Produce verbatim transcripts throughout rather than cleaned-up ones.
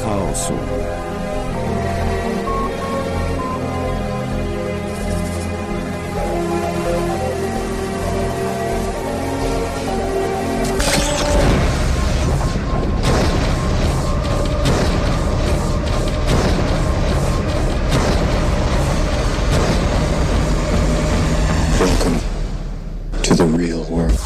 chaosu. Welcome to the real world.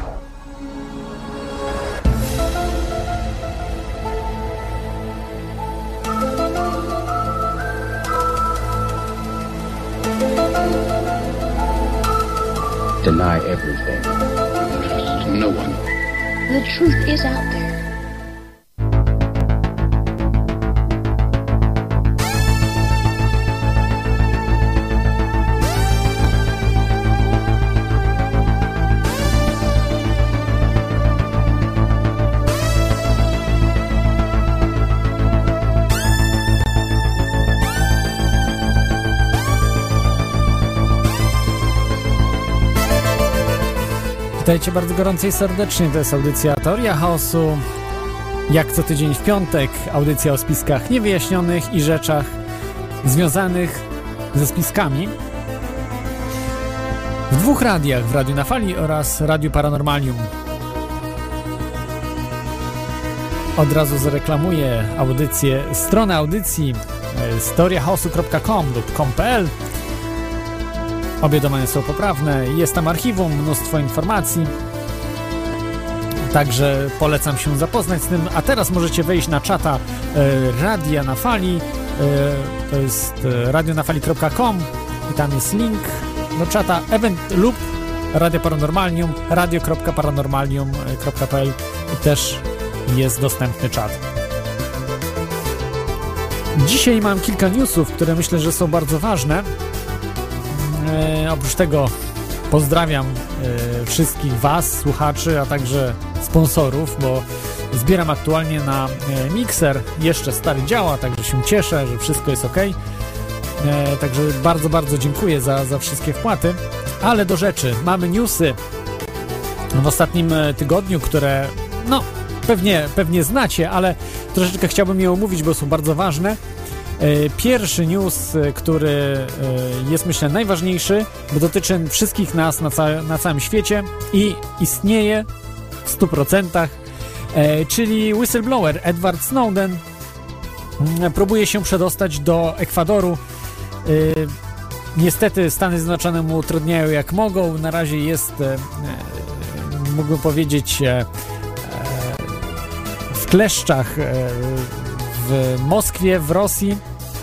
Deny everything. Trust no one. The truth is out there. Witajcie bardzo gorąco i serdecznie, to jest audycja Teoria Chaosu. Jak co tydzień w piątek, audycja o spiskach niewyjaśnionych i rzeczach związanych ze spiskami. W dwóch radiach, w Radiu na Fali oraz Radiu Paranormalium. Od razu zareklamuję audycję, stronę audycji z teoria chaosu kropka com lub com kropka p l. Obie domeny są poprawne, jest tam archiwum, mnóstwo informacji, także polecam się zapoznać z tym, a teraz możecie wejść na czata e, Radia na Fali, e, to jest e, radio na fali kropka com i tam jest link do czata event lub Radio Paranormalium, radio kropka paranormalium kropka p l i też jest dostępny czat. Dzisiaj mam kilka newsów, które myślę, że są bardzo ważne. E, oprócz tego pozdrawiam e, wszystkich Was, słuchaczy, a także sponsorów, bo zbieram aktualnie na e, mikser. Jeszcze stary działa, także się cieszę, że wszystko jest ok. E, także bardzo, bardzo dziękuję za, za wszystkie wpłaty. Ale do rzeczy. Mamy newsy w ostatnim tygodniu, które no pewnie, pewnie znacie, ale troszeczkę chciałbym je omówić, bo są bardzo ważne. Pierwszy news, który jest myślę najważniejszy, bo dotyczy wszystkich nas na, ca- na całym świecie i istnieje w stu procentach, czyli whistleblower Edward Snowden próbuje się przedostać do Ekwadoru. Niestety Stany Zjednoczone mu utrudniają jak mogą. Na razie jest, mógłbym powiedzieć, w kleszczach w Moskwie, w Rosji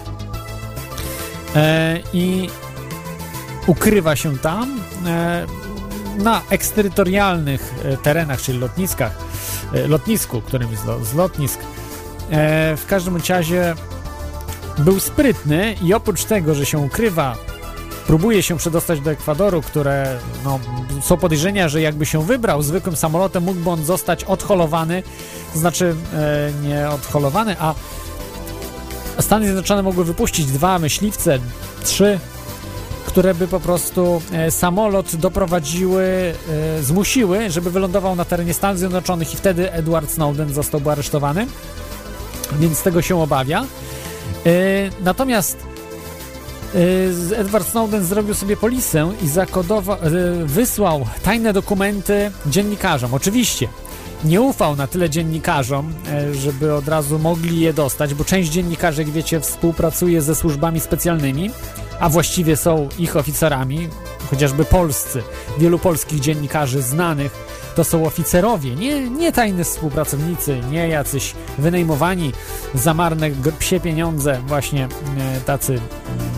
e, i ukrywa się tam e, na eksterytorialnych terenach, czyli lotniskach, e, lotnisku, którym jest z lotnisk. E, w każdym razie był sprytny i oprócz tego, że się ukrywa, próbuje się przedostać do Ekwadoru, które no, są podejrzenia, że jakby się wybrał zwykłym samolotem, mógłby on zostać odholowany, to znaczy e, nie odholowany, a Stany Zjednoczone mogły wypuścić dwa myśliwce, trzy, które by po prostu e, samolot doprowadziły, e, zmusiły, żeby wylądował na terenie Stanów Zjednoczonych i wtedy Edward Snowden zostałby aresztowany, więc tego się obawia. E, natomiast Edward Snowden zrobił sobie polisę i zakodował, wysłał tajne dokumenty dziennikarzom. Oczywiście nie ufał na tyle dziennikarzom, żeby od razu mogli je dostać, bo część dziennikarzy, jak wiecie, współpracuje ze służbami specjalnymi, a właściwie są ich oficerami, chociażby polscy. Wielu polskich dziennikarzy znanych to są oficerowie, nie, nie tajni współpracownicy, nie jacyś wynajmowani za marne psie pieniądze, właśnie e, tacy, e,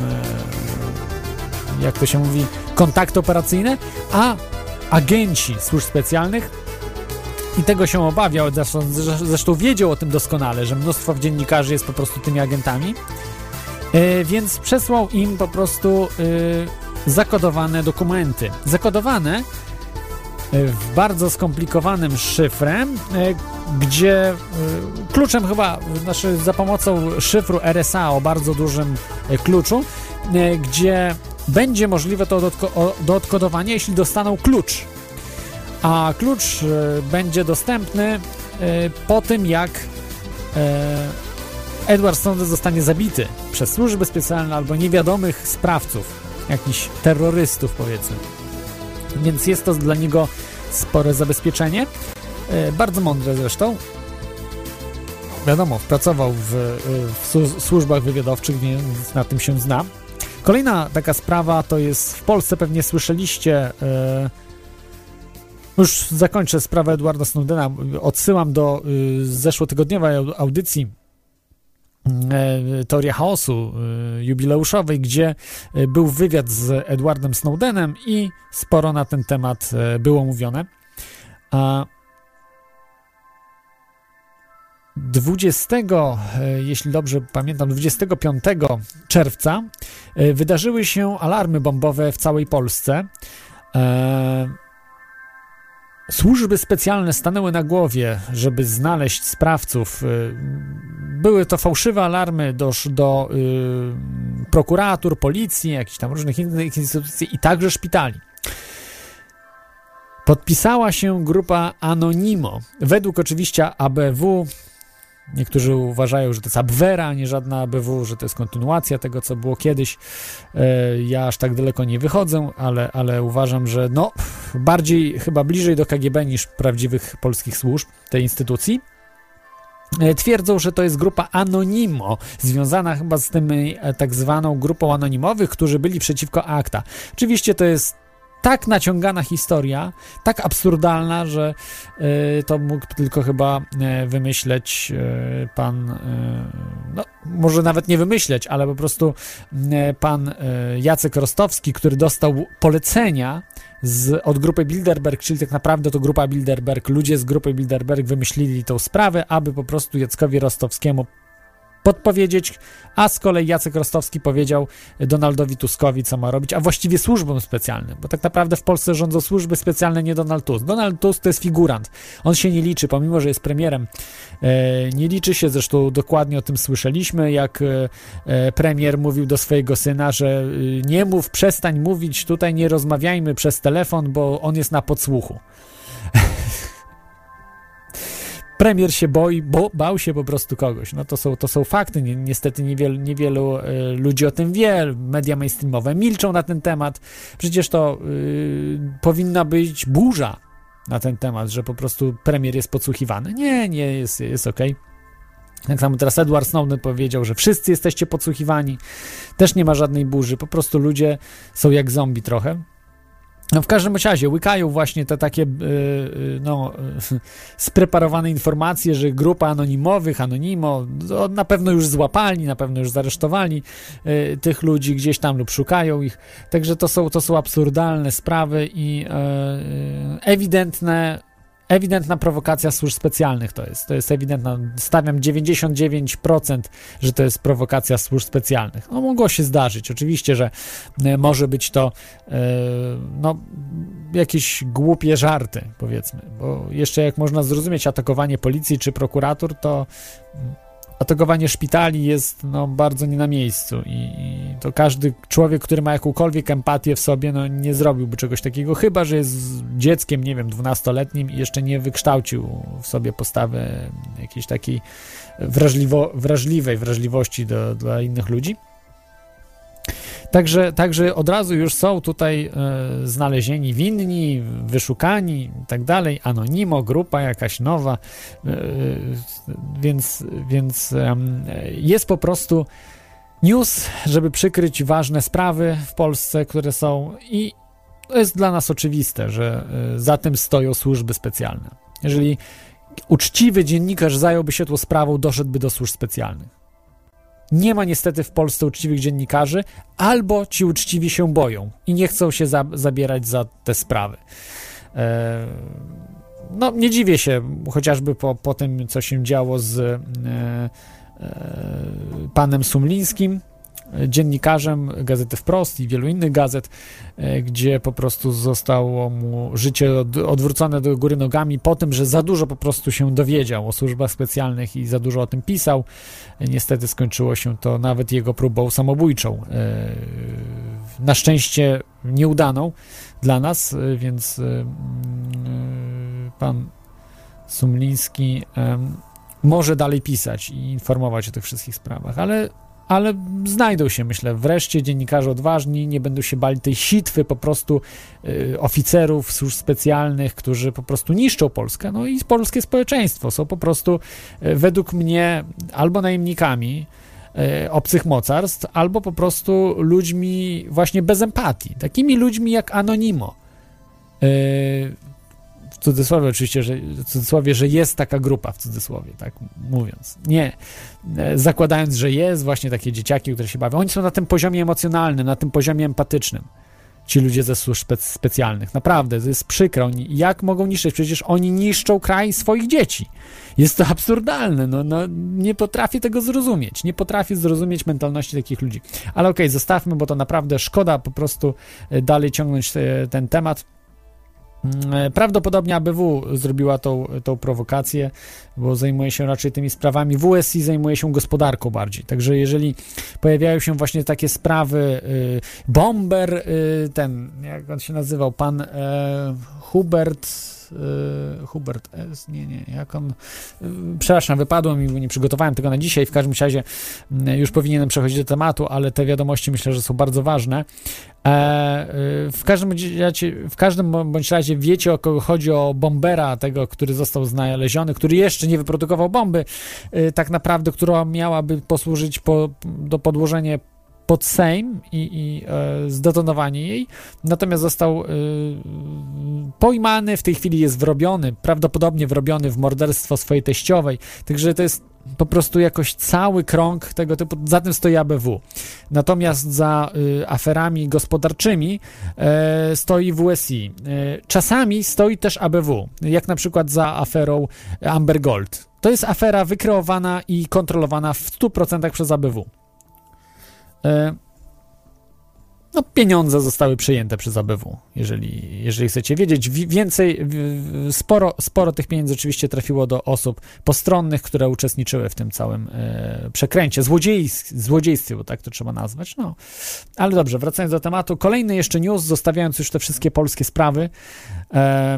jak to się mówi, kontakty operacyjne, a agenci służb specjalnych. I tego się obawiał, zresztą, zresztą wiedział o tym doskonale, że mnóstwo dziennikarzy jest po prostu tymi agentami, e, więc przesłał im po prostu e, zakodowane dokumenty. Zakodowane w bardzo skomplikowanym szyfrem, gdzie kluczem chyba, znaczy za pomocą szyfru R S A o bardzo dużym kluczu, gdzie będzie możliwe to do odkodowania, jeśli dostaną klucz. A klucz będzie dostępny po tym, jak Edward Snowden zostanie zabity przez służby specjalne albo niewiadomych sprawców, jakichś terrorystów, powiedzmy. Więc jest to dla niego spore zabezpieczenie. Bardzo mądre zresztą. Wiadomo, pracował w, w służbach wywiadowczych, więc na tym się zna. Kolejna taka sprawa to jest, w Polsce pewnie słyszeliście, już zakończę sprawę Edwarda Snowdena, odsyłam do zeszłotygodniowej audycji Teoria Chaosu jubileuszowej, gdzie był wywiad z Edwardem Snowdenem i sporo na ten temat było mówione. A dwudziestego, jeśli dobrze pamiętam, dwudziestego piątego czerwca wydarzyły się alarmy bombowe w całej Polsce. Służby specjalne stanęły na głowie, żeby znaleźć sprawców. Były to fałszywe alarmy do, do yy, prokuratur, policji, jakichś tam różnych innych instytucji i także szpitali. Podpisała się grupa Anonimo. Według oczywiście A B W, niektórzy uważają, że to jest Abwera, a nie żadna A B W, że to jest kontynuacja tego, co było kiedyś. Ja aż tak daleko nie wychodzę, ale, ale uważam, że no, bardziej, chyba bliżej do K G B niż prawdziwych polskich służb tej instytucji. Twierdzą, że to jest grupa Anonimo, związana chyba z tym tak zwaną grupą anonimowych, którzy byli przeciwko ACTA. Oczywiście to jest tak naciągana historia, tak absurdalna, że y, to mógł tylko chyba y, wymyśleć y, pan, y, no może nawet nie wymyśleć, ale po prostu y, pan y, Jacek Rostowski, który dostał polecenia z, od grupy Bilderberg, czyli tak naprawdę to grupa Bilderberg, ludzie z grupy Bilderberg wymyślili tą sprawę, aby po prostu Jackowi Rostowskiemu podpowiedzieć, a z kolei Jacek Rostowski powiedział Donaldowi Tuskowi, co ma robić, a właściwie służbom specjalnym, bo tak naprawdę w Polsce rządzą służby specjalne, nie Donald Tusk. Donald Tusk to jest figurant. On się nie liczy, pomimo że jest premierem. E, nie liczy się, zresztą dokładnie o tym słyszeliśmy, jak e, premier mówił do swojego syna, że e, nie mów, przestań mówić, tutaj nie rozmawiajmy przez telefon, bo on jest na podsłuchu. Premier się boi, bo bał się po prostu kogoś. No to są, to są fakty. Ni- niestety niewielu, niewielu y, ludzi o tym wie. Media mainstreamowe milczą na ten temat. Przecież to y, powinna być burza na ten temat, że po prostu premier jest podsłuchiwany. Nie, nie, jest, jest okej. Tak samo teraz Edward Snowden powiedział, że wszyscy jesteście podsłuchiwani. Też nie ma żadnej burzy. Po prostu ludzie są jak zombie trochę. No w każdym razie łykają właśnie te takie yy, no, yy, spreparowane informacje, że grupa anonimowych, Anonimo, no, na pewno już złapali, na pewno już zaresztowali yy, tych ludzi gdzieś tam lub szukają ich. Także to są, to są absurdalne sprawy i yy, ewidentne Ewidentna prowokacja służb specjalnych to jest. To jest ewidentna. Stawiam dziewięćdziesiąt dziewięć procent, że to jest prowokacja służb specjalnych. No mogło się zdarzyć. Oczywiście, że y, może być to y, no, jakieś głupie żarty, powiedzmy. Bo jeszcze jak można zrozumieć atakowanie policji czy prokuratur, to atakowanie szpitali jest no, bardzo nie na miejscu i, i to każdy człowiek, który ma jakąkolwiek empatię w sobie, no nie zrobiłby czegoś takiego, chyba że jest dzieckiem, nie wiem, dwunastoletnim i jeszcze nie wykształcił w sobie postawy jakiejś takiej wrażliwo, wrażliwej wrażliwości do, dla innych ludzi. Także, także od razu już są tutaj e, znalezieni winni, wyszukani i tak dalej, Anonimo, grupa jakaś nowa, e, więc, więc e, jest po prostu news, żeby przykryć ważne sprawy w Polsce, które są i to jest dla nas oczywiste, że e, za tym stoją służby specjalne. Jeżeli uczciwy dziennikarz zająłby się tą sprawą, doszedłby do służb specjalnych. Nie ma niestety w Polsce uczciwych dziennikarzy, albo ci uczciwi się boją i nie chcą się za, zabierać za te sprawy. E, no, nie dziwię się, chociażby po, po tym, co się działo z e, e, panem Sumlińskim, dziennikarzem Gazety Wprost i wielu innych gazet, gdzie po prostu zostało mu życie od, odwrócone do góry nogami po tym, że za dużo po prostu się dowiedział o służbach specjalnych i za dużo o tym pisał. Niestety skończyło się to nawet jego próbą samobójczą. Na szczęście nieudaną dla nas, więc pan Sumliński może dalej pisać i informować o tych wszystkich sprawach, ale, ale znajdą się, myślę, wreszcie dziennikarze odważni, nie będą się bali tej sitwy po prostu y, oficerów służb specjalnych, którzy po prostu niszczą Polskę, no i polskie społeczeństwo są po prostu y, według mnie albo najemnikami y, obcych mocarstw, albo po prostu ludźmi właśnie bez empatii, takimi ludźmi jak Anonimo. Y, w cudzysłowie oczywiście, że, w cudzysłowie, że jest taka grupa, w cudzysłowie, tak mówiąc. Nie, zakładając, że jest właśnie takie dzieciaki, które się bawią. Oni są na tym poziomie emocjonalnym, na tym poziomie empatycznym. Ci ludzie ze służb spe- specjalnych. Naprawdę, to jest przykre. Oni, jak mogą niszczyć? Przecież oni niszczą kraj swoich dzieci. Jest to absurdalne. No, no, nie potrafię tego zrozumieć. Nie potrafię zrozumieć mentalności takich ludzi. Ale okej, okay, zostawmy, bo to naprawdę szkoda po prostu dalej ciągnąć ten temat. Prawdopodobnie A B W zrobiła tą, tą prowokację, bo zajmuje się raczej tymi sprawami. W S I zajmuje się gospodarką bardziej. Także jeżeli pojawiają się właśnie takie sprawy, y, Bomber, y, ten, jak on się nazywał, pan y, Hubert, y, Hubert S, nie, nie, jak on, y, przepraszam, wypadło mi, bo nie przygotowałem tego na dzisiaj, w każdym razie y, już powinienem przechodzić do tematu, ale te wiadomości myślę, że są bardzo ważne. E, w, każdym bądź razie, w każdym bądź razie wiecie, o kogo chodzi, o Bombera, tego, który został znaleziony, który jeszcze nie wyprodukował bomby, e, tak naprawdę, która miałaby posłużyć po, do podłożenia pod Sejm i, i e, zdetonowanie jej, natomiast został e, pojmany, w tej chwili jest wrobiony, prawdopodobnie wrobiony w morderstwo swojej teściowej, także to jest po prostu jakoś cały krąg tego typu, za tym stoi A B W. Natomiast za y, aferami gospodarczymi y, stoi W S I. Y, czasami stoi też A B W, jak na przykład za aferą Amber Gold. To jest afera wykreowana i kontrolowana w stu procentach przez A B W. Y, No, pieniądze zostały przejęte przez A B W, jeżeli, jeżeli chcecie wiedzieć. Więcej, sporo, sporo tych pieniędzy oczywiście trafiło do osób postronnych, które uczestniczyły w tym całym e, przekręcie, złodziejs- złodziejstwie, bo tak to trzeba nazwać. No, ale dobrze, wracając do tematu. Kolejny jeszcze news, zostawiając już te wszystkie polskie sprawy. E,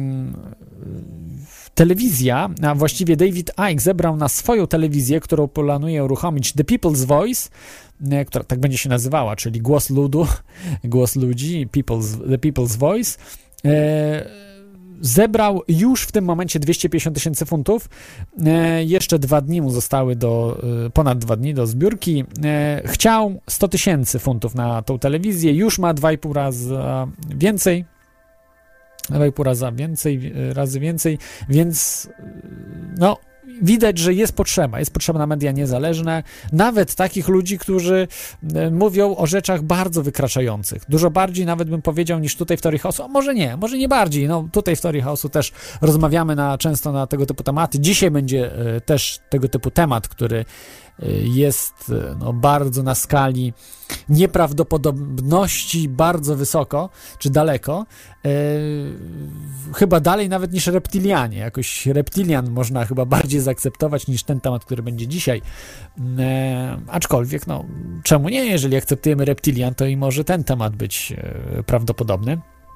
telewizja, a właściwie David Icke zebrał na swoją telewizję, którą planuje uruchomić, The People's Voice, która tak będzie się nazywała, czyli głos ludu, głos ludzi, people's, The People's Voice, e, zebrał już w tym momencie dwieście pięćdziesiąt tysięcy funtów, e, jeszcze dwa dni mu zostały do, e, ponad dwa dni do zbiórki, e, chciał sto tysięcy funtów na tą telewizję, już ma dwa i pół razy więcej, dwa i pół razy więcej, razy więcej, więc no, widać, że jest potrzeba, jest potrzeba na media niezależne, nawet takich ludzi, którzy mówią o rzeczach bardzo wykraczających, dużo bardziej nawet bym powiedział niż tutaj w Teorii Chaosu, a może nie, może nie bardziej, no tutaj w Teorii Chaosu też rozmawiamy na, często na tego typu tematy, dzisiaj będzie y, też tego typu temat, który jest no, bardzo na skali nieprawdopodobności bardzo wysoko, czy daleko, e, chyba dalej nawet niż reptilianie, jakoś reptilian można chyba bardziej zaakceptować niż ten temat, który będzie dzisiaj, e, aczkolwiek no, czemu nie, jeżeli akceptujemy reptilian, to i może ten temat być e, prawdopodobny.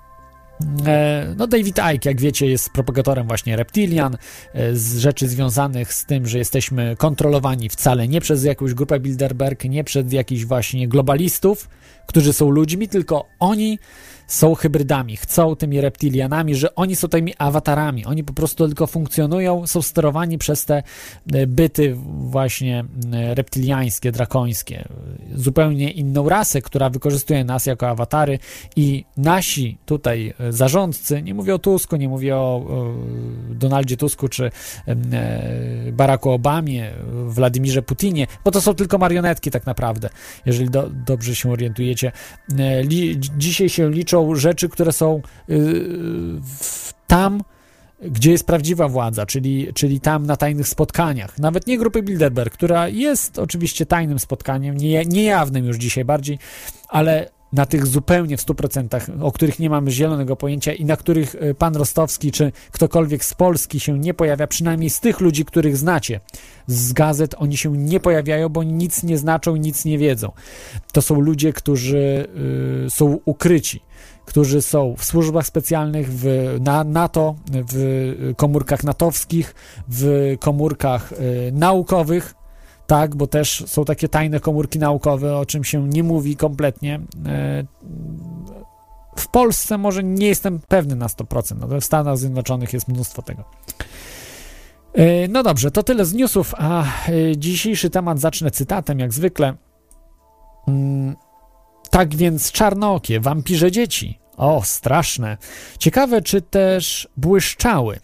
No David Icke, jak wiecie, jest propagatorem właśnie reptilian, z rzeczy związanych z tym, że jesteśmy kontrolowani wcale nie przez jakąś grupę Bilderberg, nie przez jakichś właśnie globalistów, którzy są ludźmi, tylko oni są hybrydami, chcą tymi reptilianami, że oni są tymi awatarami, oni po prostu tylko funkcjonują, są sterowani przez te byty właśnie reptiliańskie, drakońskie, zupełnie inną rasę, która wykorzystuje nas jako awatary i nasi tutaj zarządcy, nie mówię o Tusku, nie mówię o Donaldzie Tusku czy Baracku Obamie, Władimirze Putinie, bo to są tylko marionetki tak naprawdę, jeżeli do, dobrze się orientujecie. Li, dzisiaj się liczą rzeczy, które są yy, tam, gdzie jest prawdziwa władza, czyli, czyli tam na tajnych spotkaniach. Nawet nie grupy Bilderberg, która jest oczywiście tajnym spotkaniem, nie, niejawnym już dzisiaj bardziej, ale na tych zupełnie w stu procentach, o których nie mamy zielonego pojęcia i na których pan Rostowski czy ktokolwiek z Polski się nie pojawia, przynajmniej z tych ludzi, których znacie z gazet, oni się nie pojawiają, bo nic nie znaczą, nic nie wiedzą. To są ludzie, którzy y, są ukryci, którzy są w służbach specjalnych, w na, NATO, w komórkach natowskich, w komórkach y, naukowych, tak, bo też są takie tajne komórki naukowe, o czym się nie mówi kompletnie. Y, w Polsce może nie jestem pewny na sto procent, ale w Stanach Zjednoczonych jest mnóstwo tego. Y, no dobrze, to tyle z newsów, a y, dzisiejszy temat zacznę cytatem, jak zwykle. Y, tak więc czarnookie, wampirze dzieci. O, straszne. Ciekawe, czy też błyszczały.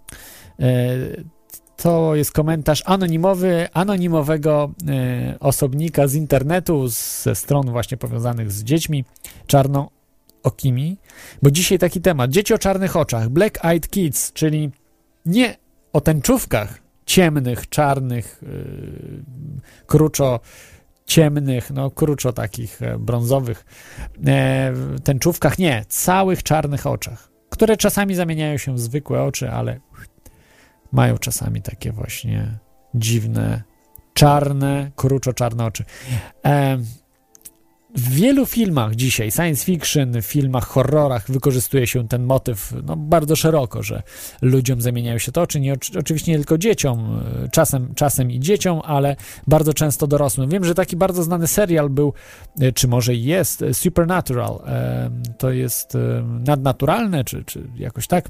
To jest komentarz anonimowy, anonimowego osobnika z internetu, ze stron właśnie powiązanych z dziećmi czarnookimi, bo dzisiaj taki temat. Dzieci o czarnych oczach, Black Eyed Kids, czyli nie o tęczówkach ciemnych, czarnych, kruczo ciemnych, no kruczo takich brązowych e, tęczówkach, nie, całych czarnych oczach, które czasami zamieniają się w zwykłe oczy, ale mają czasami takie właśnie dziwne, czarne, kruczo czarne oczy. E, w wielu filmach dzisiaj, science fiction, w filmach, horrorach wykorzystuje się ten motyw no, bardzo szeroko, że ludziom zamieniają się to oczy, nie, oczywiście nie tylko dzieciom, czasem, czasem i dzieciom, ale bardzo często dorosłym. Wiem, że taki bardzo znany serial był, czy może jest, Supernatural, to jest nadnaturalne, czy, czy jakoś tak.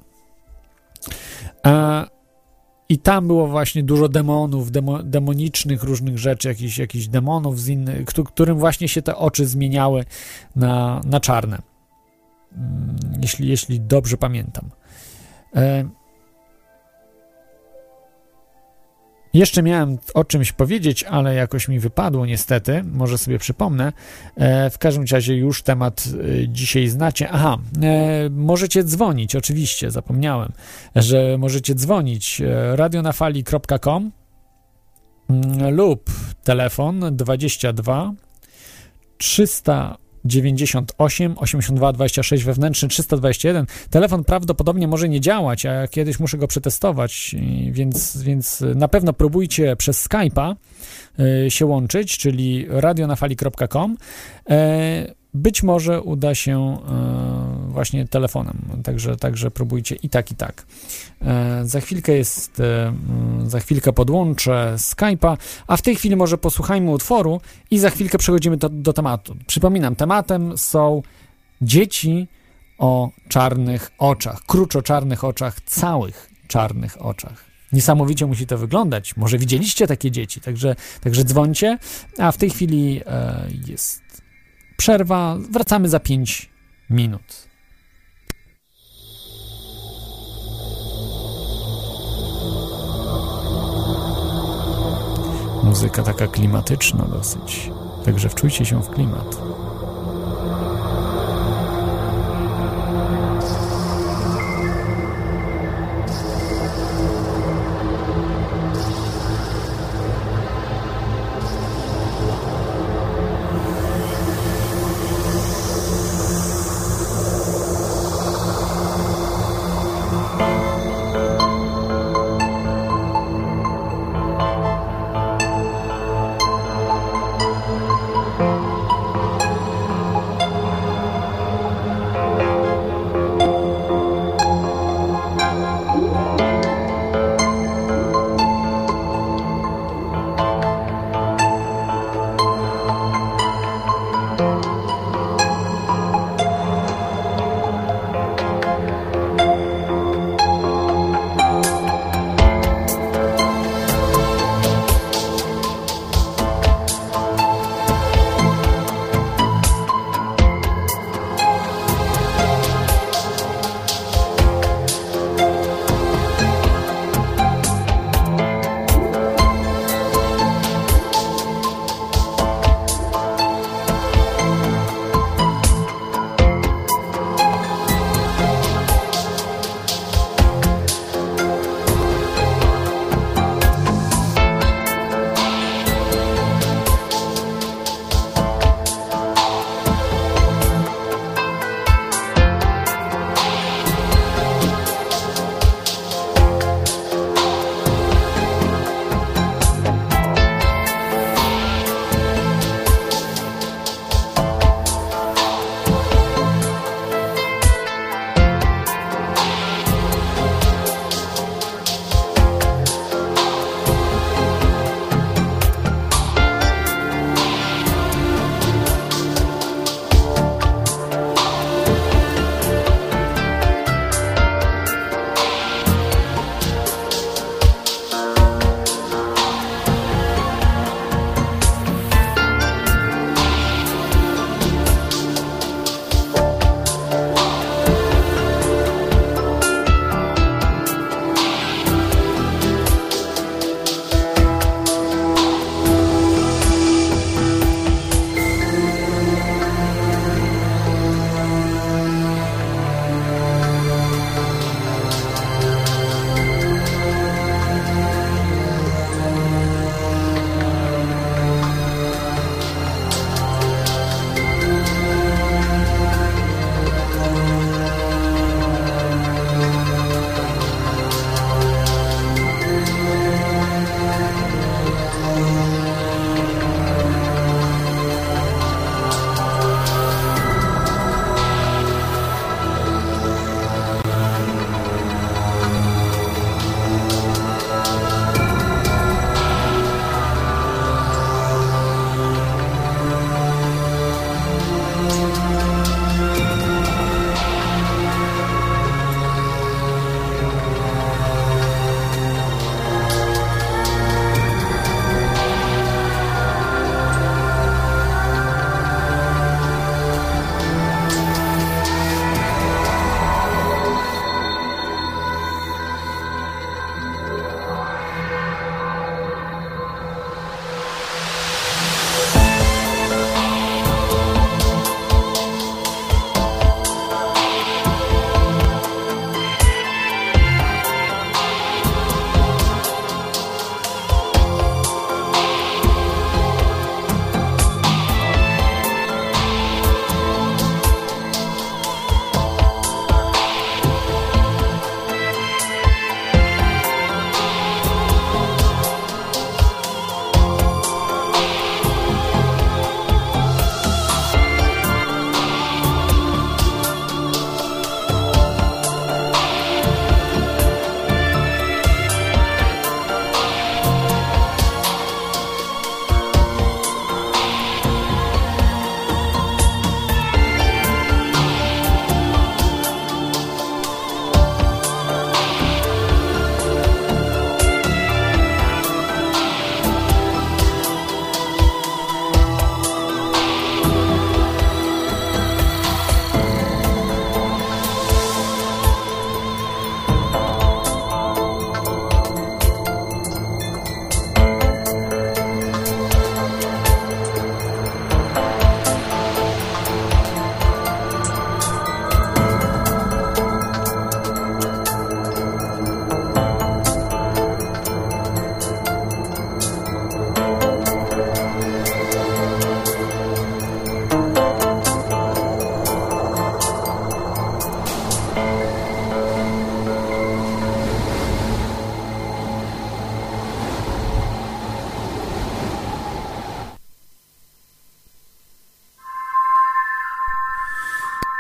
I tam było właśnie dużo demonów, demo, demonicznych różnych rzeczy, jakichś, jakichś demonów, z innych, którym właśnie się te oczy zmieniały na, na czarne. Jeśli, jeśli dobrze pamiętam. E... Jeszcze miałem o czymś powiedzieć, ale jakoś mi wypadło niestety, może sobie przypomnę. E, w każdym razie już temat e, dzisiaj znacie. Aha, e, możecie dzwonić, oczywiście, zapomniałem, że możecie dzwonić e, radionafali kropka com m, lub telefon dwadzieścia dwa trzysta dziewięćdziesiąt osiem osiemdziesiąt dwa dwadzieścia sześć wewnętrzny trzysta dwadzieścia jeden. Telefon prawdopodobnie może nie działać, a ja kiedyś muszę go przetestować, więc, więc na pewno próbujcie przez Skype'a y, się łączyć, czyli radionafali kropka com. E, być może uda się e, właśnie telefonem, także, także próbujcie i tak, i tak. E, za chwilkę jest, e, za chwilkę podłączę Skype'a, a w tej chwili może posłuchajmy utworu i za chwilkę przechodzimy do, do tematu. Przypominam, tematem są dzieci o czarnych oczach, kruczo czarnych oczach, całych czarnych oczach. Niesamowicie musi to wyglądać. Może widzieliście takie dzieci, także, także dzwońcie, a w tej chwili e, jest przerwa, wracamy za pięć minut. Muzyka taka klimatyczna dosyć, także wczujcie się w klimat.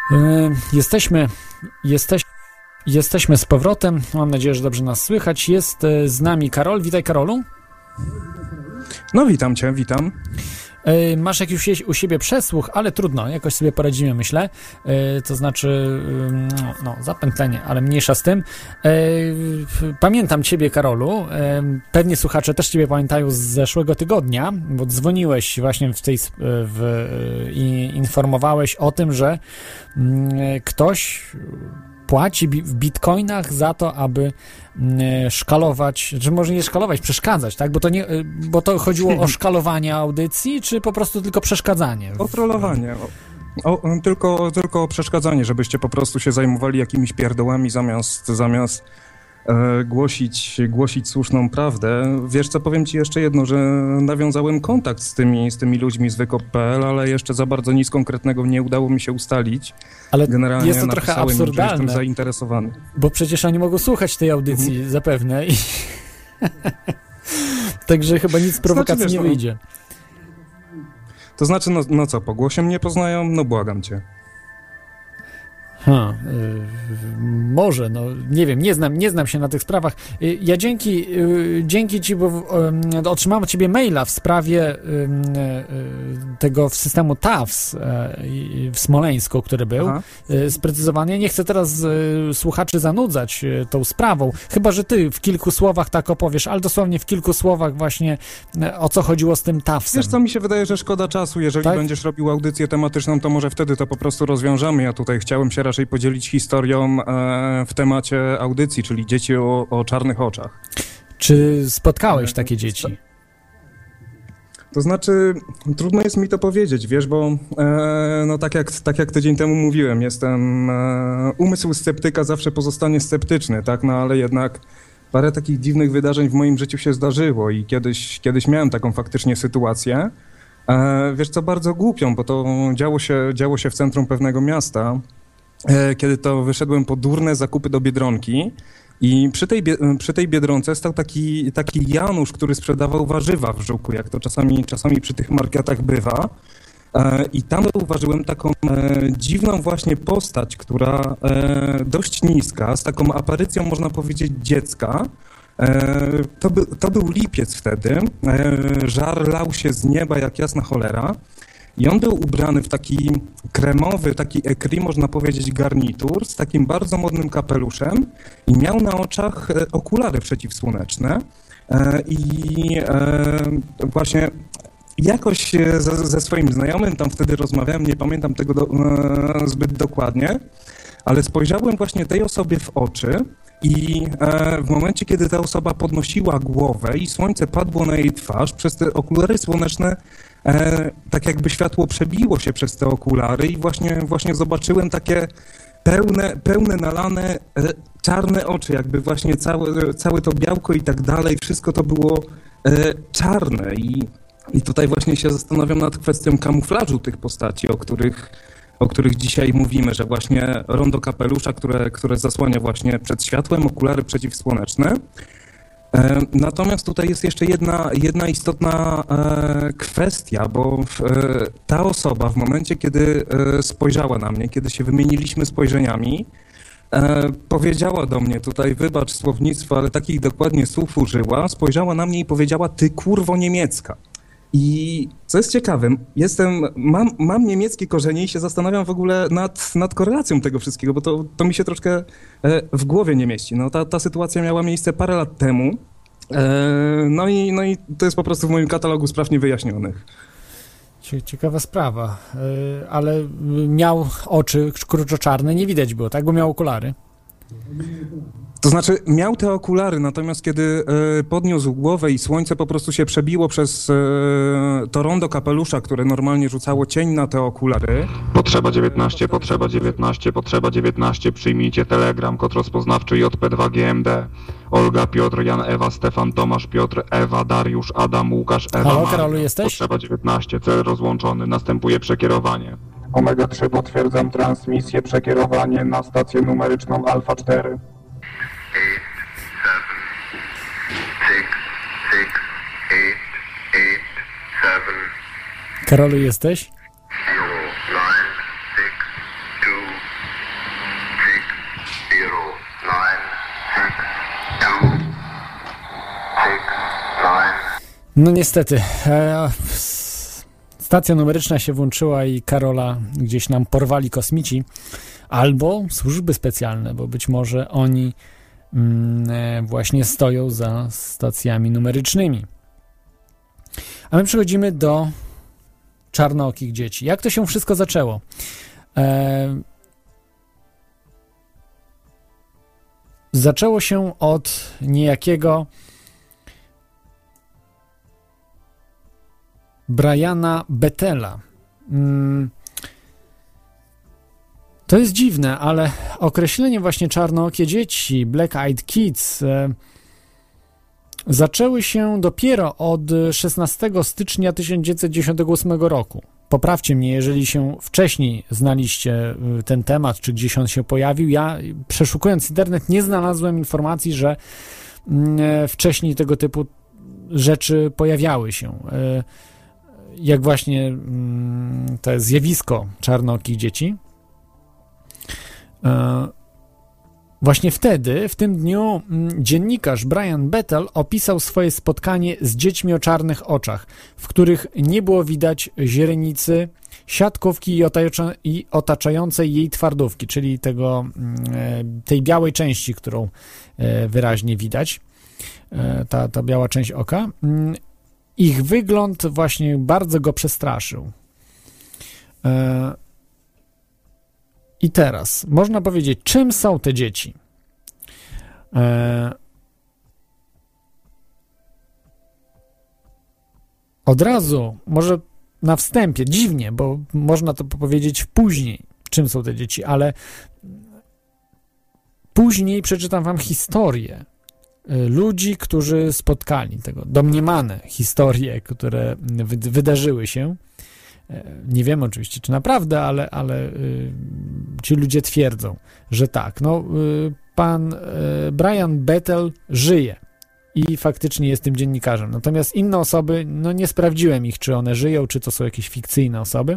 Jesteśmy, jesteś, jesteśmy z powrotem. Mam nadzieję, że dobrze nas słychać. Jest z nami Karol. Witaj, Karolu. No witam cię, witam. Masz jakiś u siebie przesłuch, ale trudno, jakoś sobie poradzimy, myślę. To znaczy, no, no zapętlenie, ale mniejsza z tym. Pamiętam ciebie, Karolu. Pewnie słuchacze też ciebie pamiętają z zeszłego tygodnia, bo dzwoniłeś właśnie w tej w, i informowałeś o tym, że ktoś płaci w bitcoinach za to, aby szkalować, czy może nie szkalować, przeszkadzać, tak? Bo to, nie, bo to chodziło o szkalowanie audycji, czy po prostu tylko przeszkadzanie? O trollowanie. O, o, tylko, tylko o przeszkadzanie, żebyście po prostu się zajmowali jakimiś pierdołami zamiast, zamiast e, głosić, głosić słuszną prawdę. Wiesz co, powiem ci jeszcze jedno, że nawiązałem kontakt z tymi, z tymi ludźmi z wykop kropka pe el, ale jeszcze za bardzo nic konkretnego nie udało mi się ustalić. Ale generalnie jest to trochę absurdalne, mi, że jestem zainteresowany. Bo przecież oni mogą słuchać tej audycji, mhm. zapewne. I także chyba nic z prowokacji znaczy, wiesz, nie wyjdzie. To znaczy, no, no co, po głosie mnie poznają? No błagam cię. Ha, y, może, no nie wiem, nie znam, nie znam się na tych sprawach. Y, ja dzięki, y, dzięki ci, bo y, otrzymałem od ciebie maila w sprawie y, y, tego systemu T A W S y, w Smoleńsku, który był y, sprecyzowany. Ja nie chcę teraz y, słuchaczy zanudzać y, tą sprawą, chyba że ty w kilku słowach tak opowiesz, ale dosłownie w kilku słowach właśnie y, o co chodziło z tym T A W S-em. Wiesz co, mi się wydaje, że szkoda czasu. Jeżeli tak? będziesz robił audycję tematyczną, to może wtedy to po prostu rozwiążemy. Ja tutaj chciałem się raczej podzielić historią e, w temacie audycji, czyli dzieci o, o czarnych oczach. Czy spotkałeś takie dzieci? To znaczy, trudno jest mi to powiedzieć, wiesz, bo e, no tak jak, tak jak tydzień temu mówiłem, jestem, e, umysł sceptyka zawsze pozostanie sceptyczny, tak, no ale jednak parę takich dziwnych wydarzeń w moim życiu się zdarzyło i kiedyś, kiedyś miałem taką faktycznie sytuację, e, wiesz co, bardzo głupią, bo to działo się, działo się w centrum pewnego miasta, kiedy to wyszedłem po durne zakupy do Biedronki i przy tej, przy tej Biedronce stał taki, taki Janusz, który sprzedawał warzywa w Żuku, jak to czasami, czasami przy tych marketach bywa. I tam zauważyłem taką dziwną właśnie postać, która dość niska, z taką aparycją, można powiedzieć, dziecka. To, by, to był lipiec wtedy, żar lał się z nieba jak jasna cholera. I on był ubrany w taki kremowy, taki écru, można powiedzieć, garnitur z takim bardzo modnym kapeluszem i miał na oczach okulary przeciwsłoneczne i właśnie jakoś ze, ze swoim znajomym tam wtedy rozmawiałem, nie pamiętam tego do, zbyt dokładnie, ale spojrzałem właśnie tej osobie w oczy i w momencie, kiedy ta osoba podnosiła głowę i słońce padło na jej twarz, przez te okulary słoneczne E, tak jakby światło przebiło się przez te okulary i właśnie, właśnie zobaczyłem takie pełne, pełne nalane, e, czarne oczy, jakby właśnie całe, całe to białko i tak dalej, wszystko to było e, czarne i, i tutaj właśnie się zastanawiam nad kwestią kamuflażu tych postaci, o których, o których dzisiaj mówimy, że właśnie rondo kapelusza, które, które zasłania właśnie przed światłem, okulary przeciwsłoneczne. Natomiast tutaj jest jeszcze jedna, jedna istotna e, kwestia, bo w, e, ta osoba w momencie, kiedy e, spojrzała na mnie, kiedy się wymieniliśmy spojrzeniami, e, powiedziała do mnie, tutaj wybacz słownictwo, ale takich dokładnie słów użyła, spojrzała na mnie i powiedziała: ty kurwo niemiecka. I co jest ciekawe, jestem, mam, mam niemieckie korzenie i się zastanawiam w ogóle nad, nad korelacją tego wszystkiego, bo to, to mi się troszkę e, w głowie nie mieści. No, ta, ta sytuacja miała miejsce parę lat temu, e, no, i, no i to jest po prostu w moim katalogu spraw niewyjaśnionych. Ciekawa sprawa, e, ale miał oczy kruczoczarne, nie widać było, tak? Bo miał okulary. To znaczy miał te okulary, natomiast kiedy e, podniósł głowę i słońce po prostu się przebiło przez e, to rondo kapelusza, które normalnie rzucało cień na te okulary. Potrzeba dziewiętnaście, potrzeba dziewiętnaście, potrzeba dziewiętnaście, przyjmijcie telegram, kod rozpoznawczy J P dwa G M D. Olga, Piotr, Jan, Ewa, Stefan, Tomasz, Piotr, Ewa, Dariusz, Adam, Łukasz, Ewa, Halo, Karolu, jesteś? Potrzeba dziewiętnaście, cel rozłączony, następuje przekierowanie. Omega trzy, potwierdzam transmisję, przekierowanie na stację numeryczną Alfa cztery. Karolu, jesteś? No niestety. E, stacja numeryczna się włączyła i Karola gdzieś nam porwali kosmici albo służby specjalne, bo być może oni mm, e, właśnie stoją za stacjami numerycznymi. A my przechodzimy do czarnookich dzieci. Jak to się wszystko zaczęło? E, zaczęło się od niejakiego Briana Bettela. Mm, to jest dziwne, ale określenie właśnie czarnookie dzieci, Black Eyed Kids, e, zaczęły się dopiero od szesnastego stycznia tysiąc dziewięćset dziewięćdziesiątego ósmego roku. Poprawcie mnie, jeżeli się wcześniej znaliście ten temat, czy gdzieś on się pojawił. Ja, przeszukując internet, nie znalazłem informacji, że wcześniej tego typu rzeczy pojawiały się. Jak właśnie to zjawisko czarnookich dzieci. Właśnie wtedy, w tym dniu, dziennikarz Brian Bettel opisał swoje spotkanie z dziećmi o czarnych oczach, w których nie było widać źrenicy, siatkówki i, otacza- i otaczającej jej twardówki, czyli tego, tej białej części, którą wyraźnie widać, ta, ta biała część oka. Ich wygląd właśnie bardzo go przestraszył. I teraz można powiedzieć, czym są te dzieci? E... Od razu, może na wstępie, dziwnie, bo można to powiedzieć później, czym są te dzieci, ale później przeczytam wam historię ludzi, którzy spotkali tego, domniemane historie, które wy- wydarzyły się. Nie wiemy oczywiście, czy naprawdę, ale, ale y, ci ludzie twierdzą, że tak. No, y, pan y, Brian Bettel żyje i faktycznie jest tym dziennikarzem. Natomiast inne osoby, no nie sprawdziłem ich, czy one żyją, czy to są jakieś fikcyjne osoby.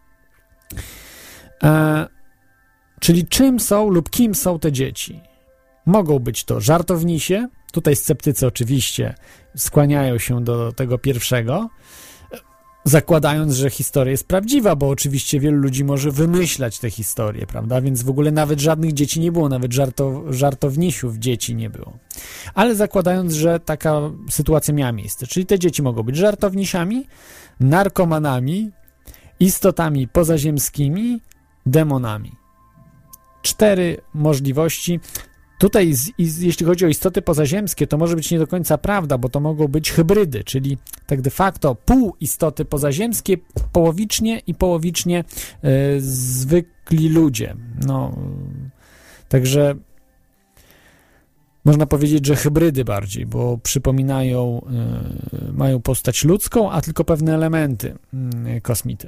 E, czyli czym są lub kim są te dzieci? Mogą być to żartownisie, tutaj sceptycy oczywiście skłaniają się do tego pierwszego, zakładając, że historia jest prawdziwa, bo oczywiście wielu ludzi może wymyślać te historie, prawda? Więc w ogóle nawet żadnych dzieci nie było, nawet żartow- żartownisiów dzieci nie było. Ale zakładając, że taka sytuacja miała miejsce, czyli te dzieci mogą być żartownisiami, narkomanami, istotami pozaziemskimi, demonami. Cztery możliwości. Tutaj, z, z, jeśli chodzi o istoty pozaziemskie, to może być nie do końca prawda, bo to mogą być hybrydy, czyli tak de facto pół istoty pozaziemskie, połowicznie i połowicznie e, zwykli ludzie. No, także można powiedzieć, że hybrydy bardziej, bo przypominają, e, mają postać ludzką, a tylko pewne elementy e, kosmity.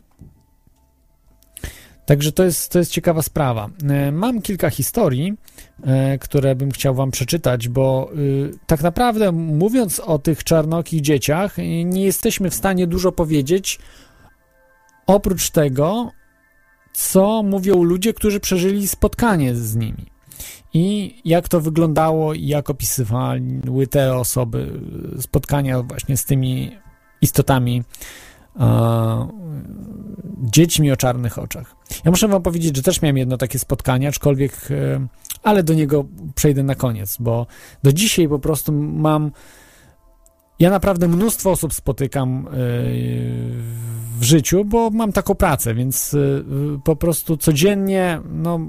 Także to jest, to jest ciekawa sprawa. Mam kilka historii, które bym chciał wam przeczytać, bo tak naprawdę mówiąc o tych czarnookich dzieciach, nie jesteśmy w stanie dużo powiedzieć oprócz tego, co mówią ludzie, którzy przeżyli spotkanie z nimi. I jak to wyglądało i jak opisywały te osoby spotkania właśnie z tymi istotami, dziećmi o czarnych oczach. Ja muszę wam powiedzieć, że też miałem jedno takie spotkanie, aczkolwiek, ale do niego przejdę na koniec, bo do dzisiaj po prostu mam, ja naprawdę mnóstwo osób spotykam w życiu, bo mam taką pracę, więc po prostu codziennie, no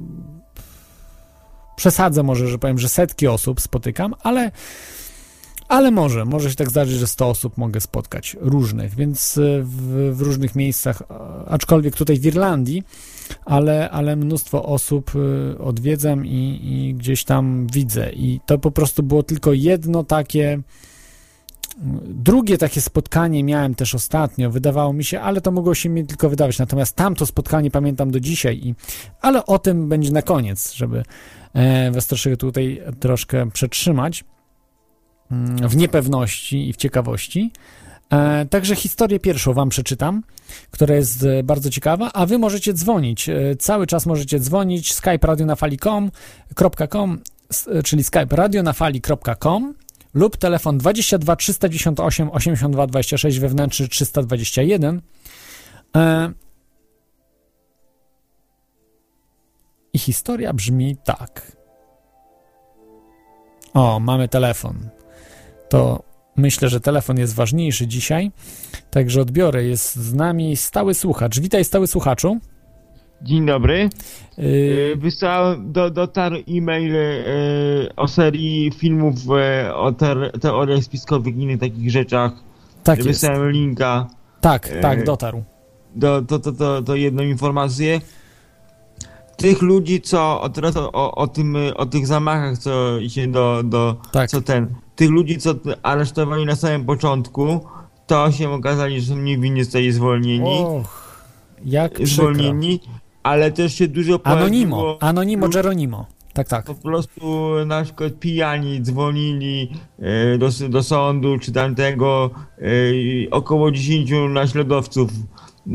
przesadzę może, że powiem, że setki osób spotykam, ale Ale może, może się tak zdarzyć, że sto osób mogę spotkać różnych, więc w, w różnych miejscach, aczkolwiek tutaj w Irlandii, ale, ale mnóstwo osób odwiedzam i, i gdzieś tam widzę i to po prostu było tylko jedno takie, drugie takie spotkanie miałem też ostatnio, wydawało mi się, ale to mogło się mi tylko wydawać, natomiast tamto spotkanie pamiętam do dzisiaj, i, ale o tym będzie na koniec, żeby e, was troszkę tutaj troszkę przetrzymać w niepewności i w ciekawości. E, także historię pierwszą wam przeczytam, która jest bardzo ciekawa, a wy możecie dzwonić. E, cały czas możecie dzwonić. Skype radio na fali kropka com, czyli skype radio na fali kropka com lub telefon dwadzieścia dwa trzysta dziesięć osiem osiemdziesiąt dwa dwadzieścia sześć, wewnętrzny trzysta dwadzieścia jeden. E... I historia brzmi tak. O, mamy telefon. To myślę, że telefon jest ważniejszy dzisiaj, także odbiorę. Jest z nami stały słuchacz. Witaj, stały słuchaczu. Dzień dobry. Yy... Wysłałem, do, dotarł e-mail yy, o serii filmów yy, o ter, teoriach spiskowych i innych takich rzeczach. Tak jest. Wysłałem linka. Tak, yy, tak, dotarł. Do, to, to, to, to jedną informację. Tych ludzi, co o, teraz o, o, o, tym, o tych zamachach, co się do, do tak. co ten, tych ludzi, co aresztowali na samym początku, to się okazali, że są niewinnie zostali zwolnieni. Och, jak przykro. Zwolnieni, ale też się dużo pojawiło... Anonimo, Anonimo Geronimo. Tak, tak. Po prostu na przykład pijani dzwonili e, do, do sądu, czy tamtego, e, około dziesięciu naśladowców, e,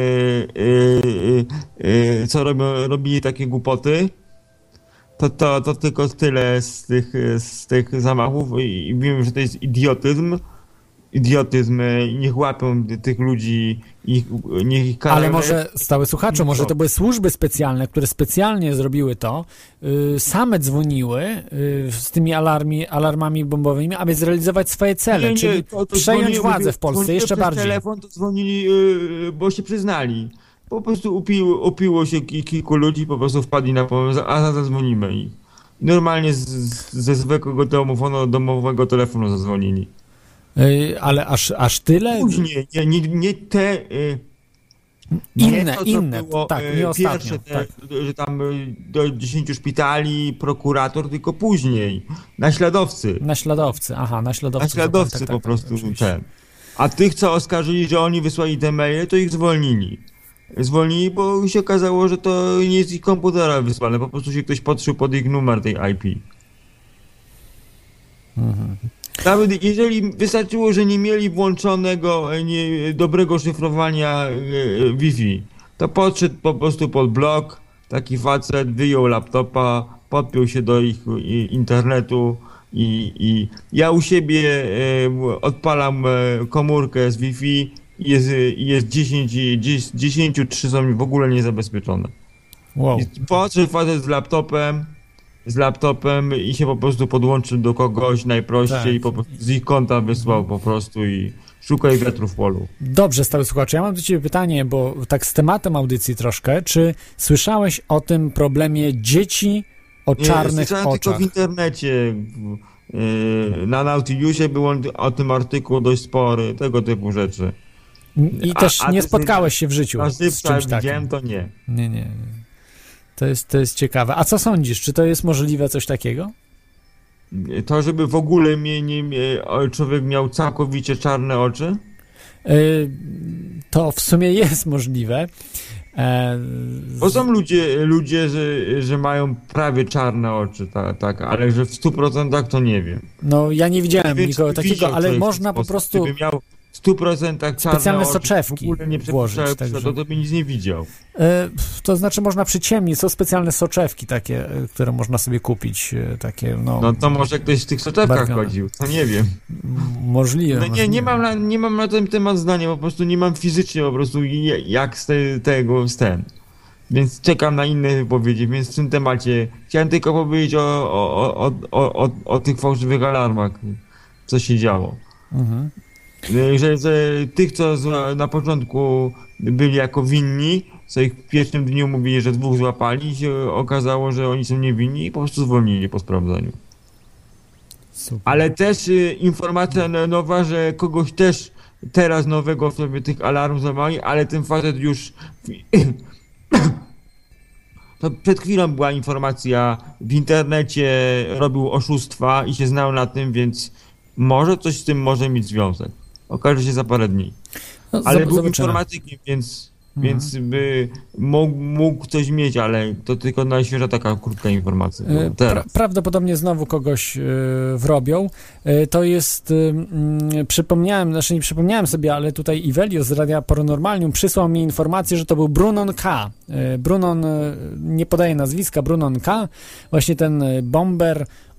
e, e, co robią, robili takie głupoty. To, to, to tylko tyle z tych, z tych zamachów i, i wiem, że to jest idiotyzm. Idiotyzm i niech łapią tych ludzi, ich, niech ich karają. Ale może, stały słuchaczu, może to były służby specjalne, które specjalnie zrobiły to, yy, same dzwoniły yy, z tymi alarmi, alarmami bombowymi, aby zrealizować swoje cele, nie, nie, czyli to, to przejąć dzwonili, władzę w Polsce jeszcze przez bardziej. telefon to dzwonili, yy, bo się przyznali. Po prostu upiło, upiło się kilku ludzi, po prostu wpadli na pomysł, a zadzwonimy ich. Normalnie z, z, ze zwykłego domofonu, domowego telefonu zadzwonili. Yy, ale aż, aż tyle? Później, nie, nie, nie te... Yy, inne, nie to, inne, było, tak, yy, nie ostatnio. Pierwsze, te, tak. że tam yy, do dziesięciu szpitali, prokurator, tylko później. Naśladowcy. Naśladowcy, aha, naśladowcy. Naśladowcy tak, po tak, prostu tak, ten. A tych, co oskarżyli, że oni wysłali te maile, to ich zwolnili. Zwolnili, bo się okazało, że to nie jest ich komputera wysłane, po prostu się ktoś podszył pod ich numer tej I P. Mhm. Nawet jeżeli wystarczyło, że nie mieli włączonego nie, dobrego szyfrowania e, Wi-Fi, to podszedł po prostu pod blok, taki facet, wyjął laptopa, podpiął się do ich i, internetu i, i ja u siebie e, odpalam e, komórkę z Wi-Fi i jest, jest dziesięć, dziesięć, trzy są w ogóle niezabezpieczone. Wow. I podszedł facet z laptopem, z laptopem i się po prostu podłączył do kogoś najprościej tak. i po prostu z ich konta wysłał po prostu i szukaj wiatru w polu. Dobrze, stały słuchacz, ja mam do ciebie pytanie, bo tak z tematem audycji troszkę, czy słyszałeś o tym problemie dzieci o Nie, czarnych słyszałem oczach? tylko w internecie, yy, na Nautilusie był on, o tym artykuł dość spory, tego typu rzeczy. I też a, a nie ty spotkałeś się w życiu Na z żywca czymś widziałem, takim? to nie. Nie, nie, nie. To jest, to jest ciekawe. A co sądzisz? Czy to jest możliwe coś takiego? To, żeby w ogóle mnie, nie, człowiek miał całkowicie czarne oczy? Yy, to w sumie jest możliwe. E, Bo są ludzie, ludzie że, że mają prawie czarne oczy, tak, tak, ale że w stu procentach to nie wiem. No ja nie widziałem Nie wiem, nikogo czy takiego, widział ale ktoś w można po sposób, prostu... Gdyby miał w stu procentach czarne specjalne oczy, soczewki w ogóle nie włożyć, przepuszczał, także- to, to by nic nie widział. E, to znaczy można przyciemnić, są specjalne soczewki takie, e, które można sobie kupić, e, takie no... No to może ktoś w tych soczewkach barwione. chodził, to nie wiem. Możliwe. No nie, możliwe. nie, mam na, nie mam na ten temat zdania, po prostu nie mam fizycznie po prostu je- jak z te, tego z ten. Więc czekam na inne wypowiedzi, więc w tym temacie chciałem tylko powiedzieć o, o, o, o, o, o tych fałszywych alarmach, co się działo. Mhm. Że, że tych, co zła- na początku byli jako winni, co ich w pierwszym dniu mówili, że dwóch złapali, i się okazało, że oni są niewinni i po prostu zwolnili po sprawdzeniu. Super. Ale też y, informacja no- nowa, że kogoś też teraz nowego sobie tych alarmów złamali, ale ten facet już... To przed chwilą była informacja, w internecie robił oszustwa i się znał na tym, więc może coś z tym może mieć związek. Okaże się za parę dni. No, Ale zob- był zobaczymy. informatykiem, więc, Mhm. więc by mógł, mógł coś mieć, ale to tylko najświeższa taka krótka informacja. E, Teraz. Pra- prawdopodobnie znowu kogoś e, wrobią. E, to jest, e, mm, przypomniałem, znaczy nie przypomniałem sobie, ale tutaj Iwelio z Radia Paranormalium przysłał mi informację, że to był Brunon K. E, Brunon, e, nie podaje nazwiska, Brunon K. Właśnie ten e, bomber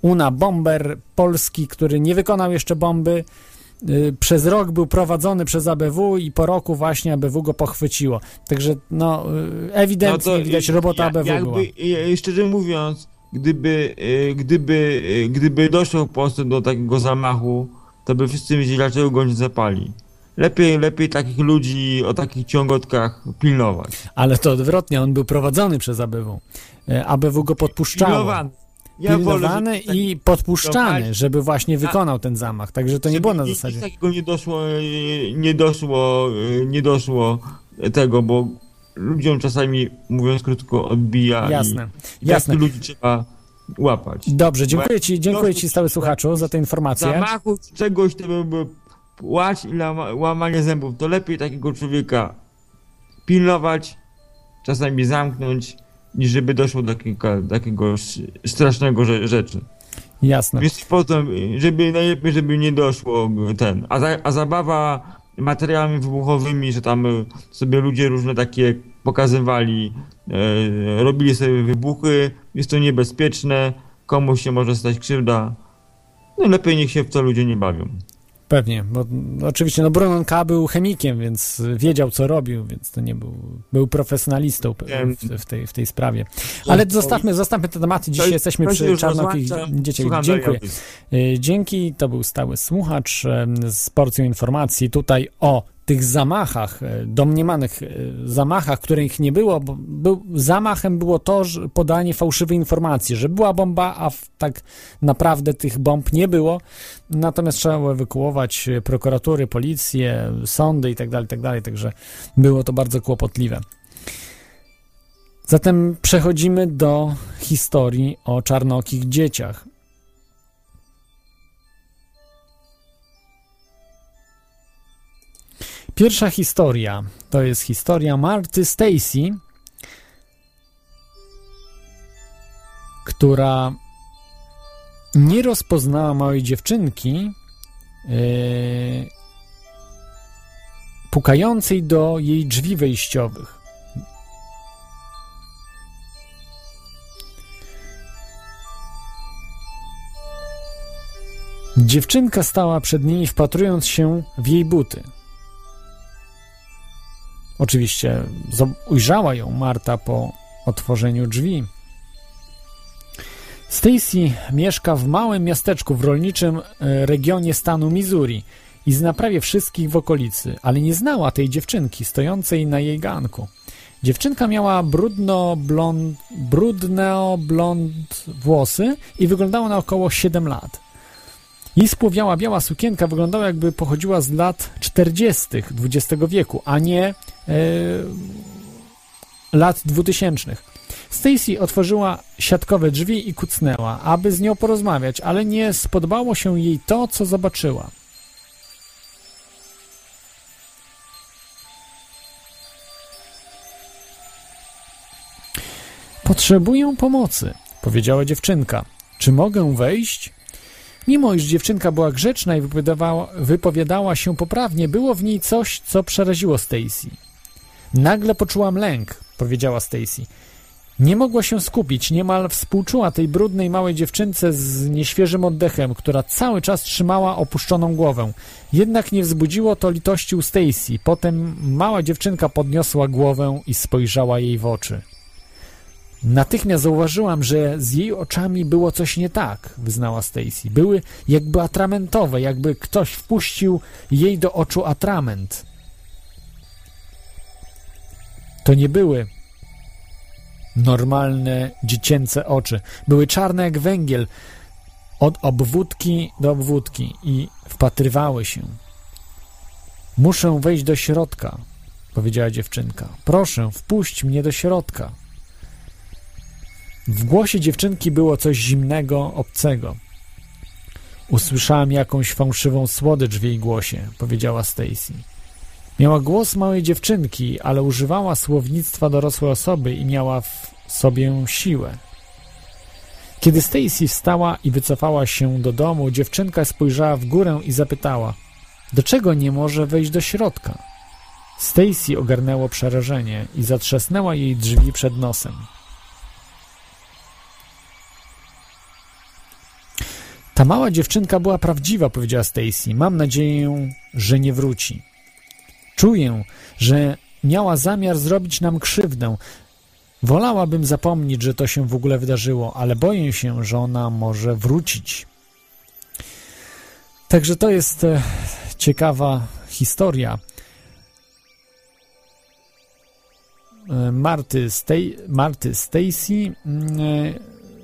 Una Bomber Polski, który nie wykonał jeszcze bomby. Przez rok był prowadzony przez A B W i po roku właśnie A B W go pochwyciło. Także no ewidentnie no to, widać robota ja, A B W jakby, była. Szczerze mówiąc, gdyby, gdyby, gdyby doszło po prostu do takiego zamachu, to by wszyscy wiedzieli, dlaczego go nie zapali. Lepiej, lepiej takich ludzi o takich ciągotkach pilnować. Ale to odwrotnie, on był prowadzony przez A B W. A B W go podpuszczało. Pilnowany. Ja pilnowany wolę, tak i podpuszczany, żeby właśnie wykonał ten zamach. Także to nie było na zasadzie. Nic takiego nie doszło, nie doszło, nie doszło tego, bo ludziom czasami, mówiąc krótko, odbija. Jasne, i, i jasne. ludzi trzeba łapać. Dobrze, dziękuję ci, dziękuję ci stały słuchaczu za tę informację. Zamachu czegoś, to byłby płacz i łamanie zębów. To lepiej takiego człowieka pilnować, czasami zamknąć, niż żeby doszło do takiego, takiego strasznego rzeczy. Jasne. Więc potem, żeby najlepiej, żeby nie doszło ten. A, za, a zabawa materiałami wybuchowymi, że tam sobie ludzie różne takie pokazywali, e, robili sobie wybuchy, jest to niebezpieczne, komuś się może stać krzywda. No lepiej niech się w to ludzie nie bawią. Pewnie, bo oczywiście no Brunon K. był chemikiem, więc wiedział, co robił, więc to nie był, był profesjonalistą w, w, tej, w tej sprawie. Ale zostawmy, zostawmy te tematy, dzisiaj to, jesteśmy przy czarnokich dzieciach. Dziękuję. Dzięki, to był stały słuchacz z porcją informacji tutaj o tych zamachach, domniemanych zamachach, których nie było, bo był, zamachem było to, że podanie fałszywej informacji, że była bomba, a tak naprawdę tych bomb nie było, natomiast trzeba było ewakuować prokuratury, policję, sądy i tak dalej, tak dalej, także było to bardzo kłopotliwe. Zatem przechodzimy do historii o czarnokich dzieciach. Pierwsza historia to jest historia Marty Stacy, która nie rozpoznała małej dziewczynki yy, pukającej do jej drzwi wejściowych. Dziewczynka stała przed nimi, wpatrując się w jej buty. Oczywiście ujrzała ją Marta po otworzeniu drzwi. Stacy mieszka w małym miasteczku w rolniczym regionie stanu Missouri i zna prawie wszystkich w okolicy, ale nie znała tej dziewczynki stojącej na jej ganku. Dziewczynka miała brudno-blond, brudno-blond włosy i wyglądała na około siedem lat. Jej spłowiała biała sukienka wyglądała, jakby pochodziła z lat czterdziestych dwudziestego wieku, a nie e, lat dwutysięcznych. Stacy otworzyła siatkowe drzwi i kucnęła, aby z nią porozmawiać, ale nie spodobało się jej to, co zobaczyła. Potrzebuję pomocy, powiedziała dziewczynka. Czy mogę wejść? Mimo iż dziewczynka była grzeczna i wypowiadała, wypowiadała się poprawnie, było w niej coś, co przeraziło Stacy. Nagle poczułam lęk, powiedziała Stacy. Nie mogła się skupić, niemal współczuła tej brudnej małej dziewczynce z nieświeżym oddechem, która cały czas trzymała opuszczoną głowę. Jednak nie wzbudziło to litości u Stacy. Potem mała dziewczynka podniosła głowę i spojrzała jej w oczy. Natychmiast zauważyłam, że z jej oczami było coś nie tak, wyznała Stacy. Były jakby atramentowe, jakby ktoś wpuścił jej do oczu atrament. To nie były normalne, dziecięce oczy. Były czarne jak węgiel, od obwódki do obwódki i wpatrywały się. Muszę wejść do środka, powiedziała dziewczynka. Proszę, wpuść mnie do środka. W głosie dziewczynki było coś zimnego, obcego. Usłyszałam jakąś fałszywą słodycz w jej głosie, powiedziała Stacy. Miała głos małej dziewczynki, ale używała słownictwa dorosłej osoby i miała w sobie siłę. Kiedy Stacy wstała i wycofała się do domu, dziewczynka spojrzała w górę i zapytała, dlaczego nie może wejść do środka? Stacy ogarnęło przerażenie i zatrzasnęła jej drzwi przed nosem. Ta mała dziewczynka była prawdziwa, powiedziała Stacy. Mam nadzieję, że nie wróci. Czuję, że miała zamiar zrobić nam krzywdę. Wolałabym zapomnieć, że to się w ogóle wydarzyło, ale boję się, że ona może wrócić. Także to jest e, ciekawa historia e, Marty, Stay, Marty Stacy, e,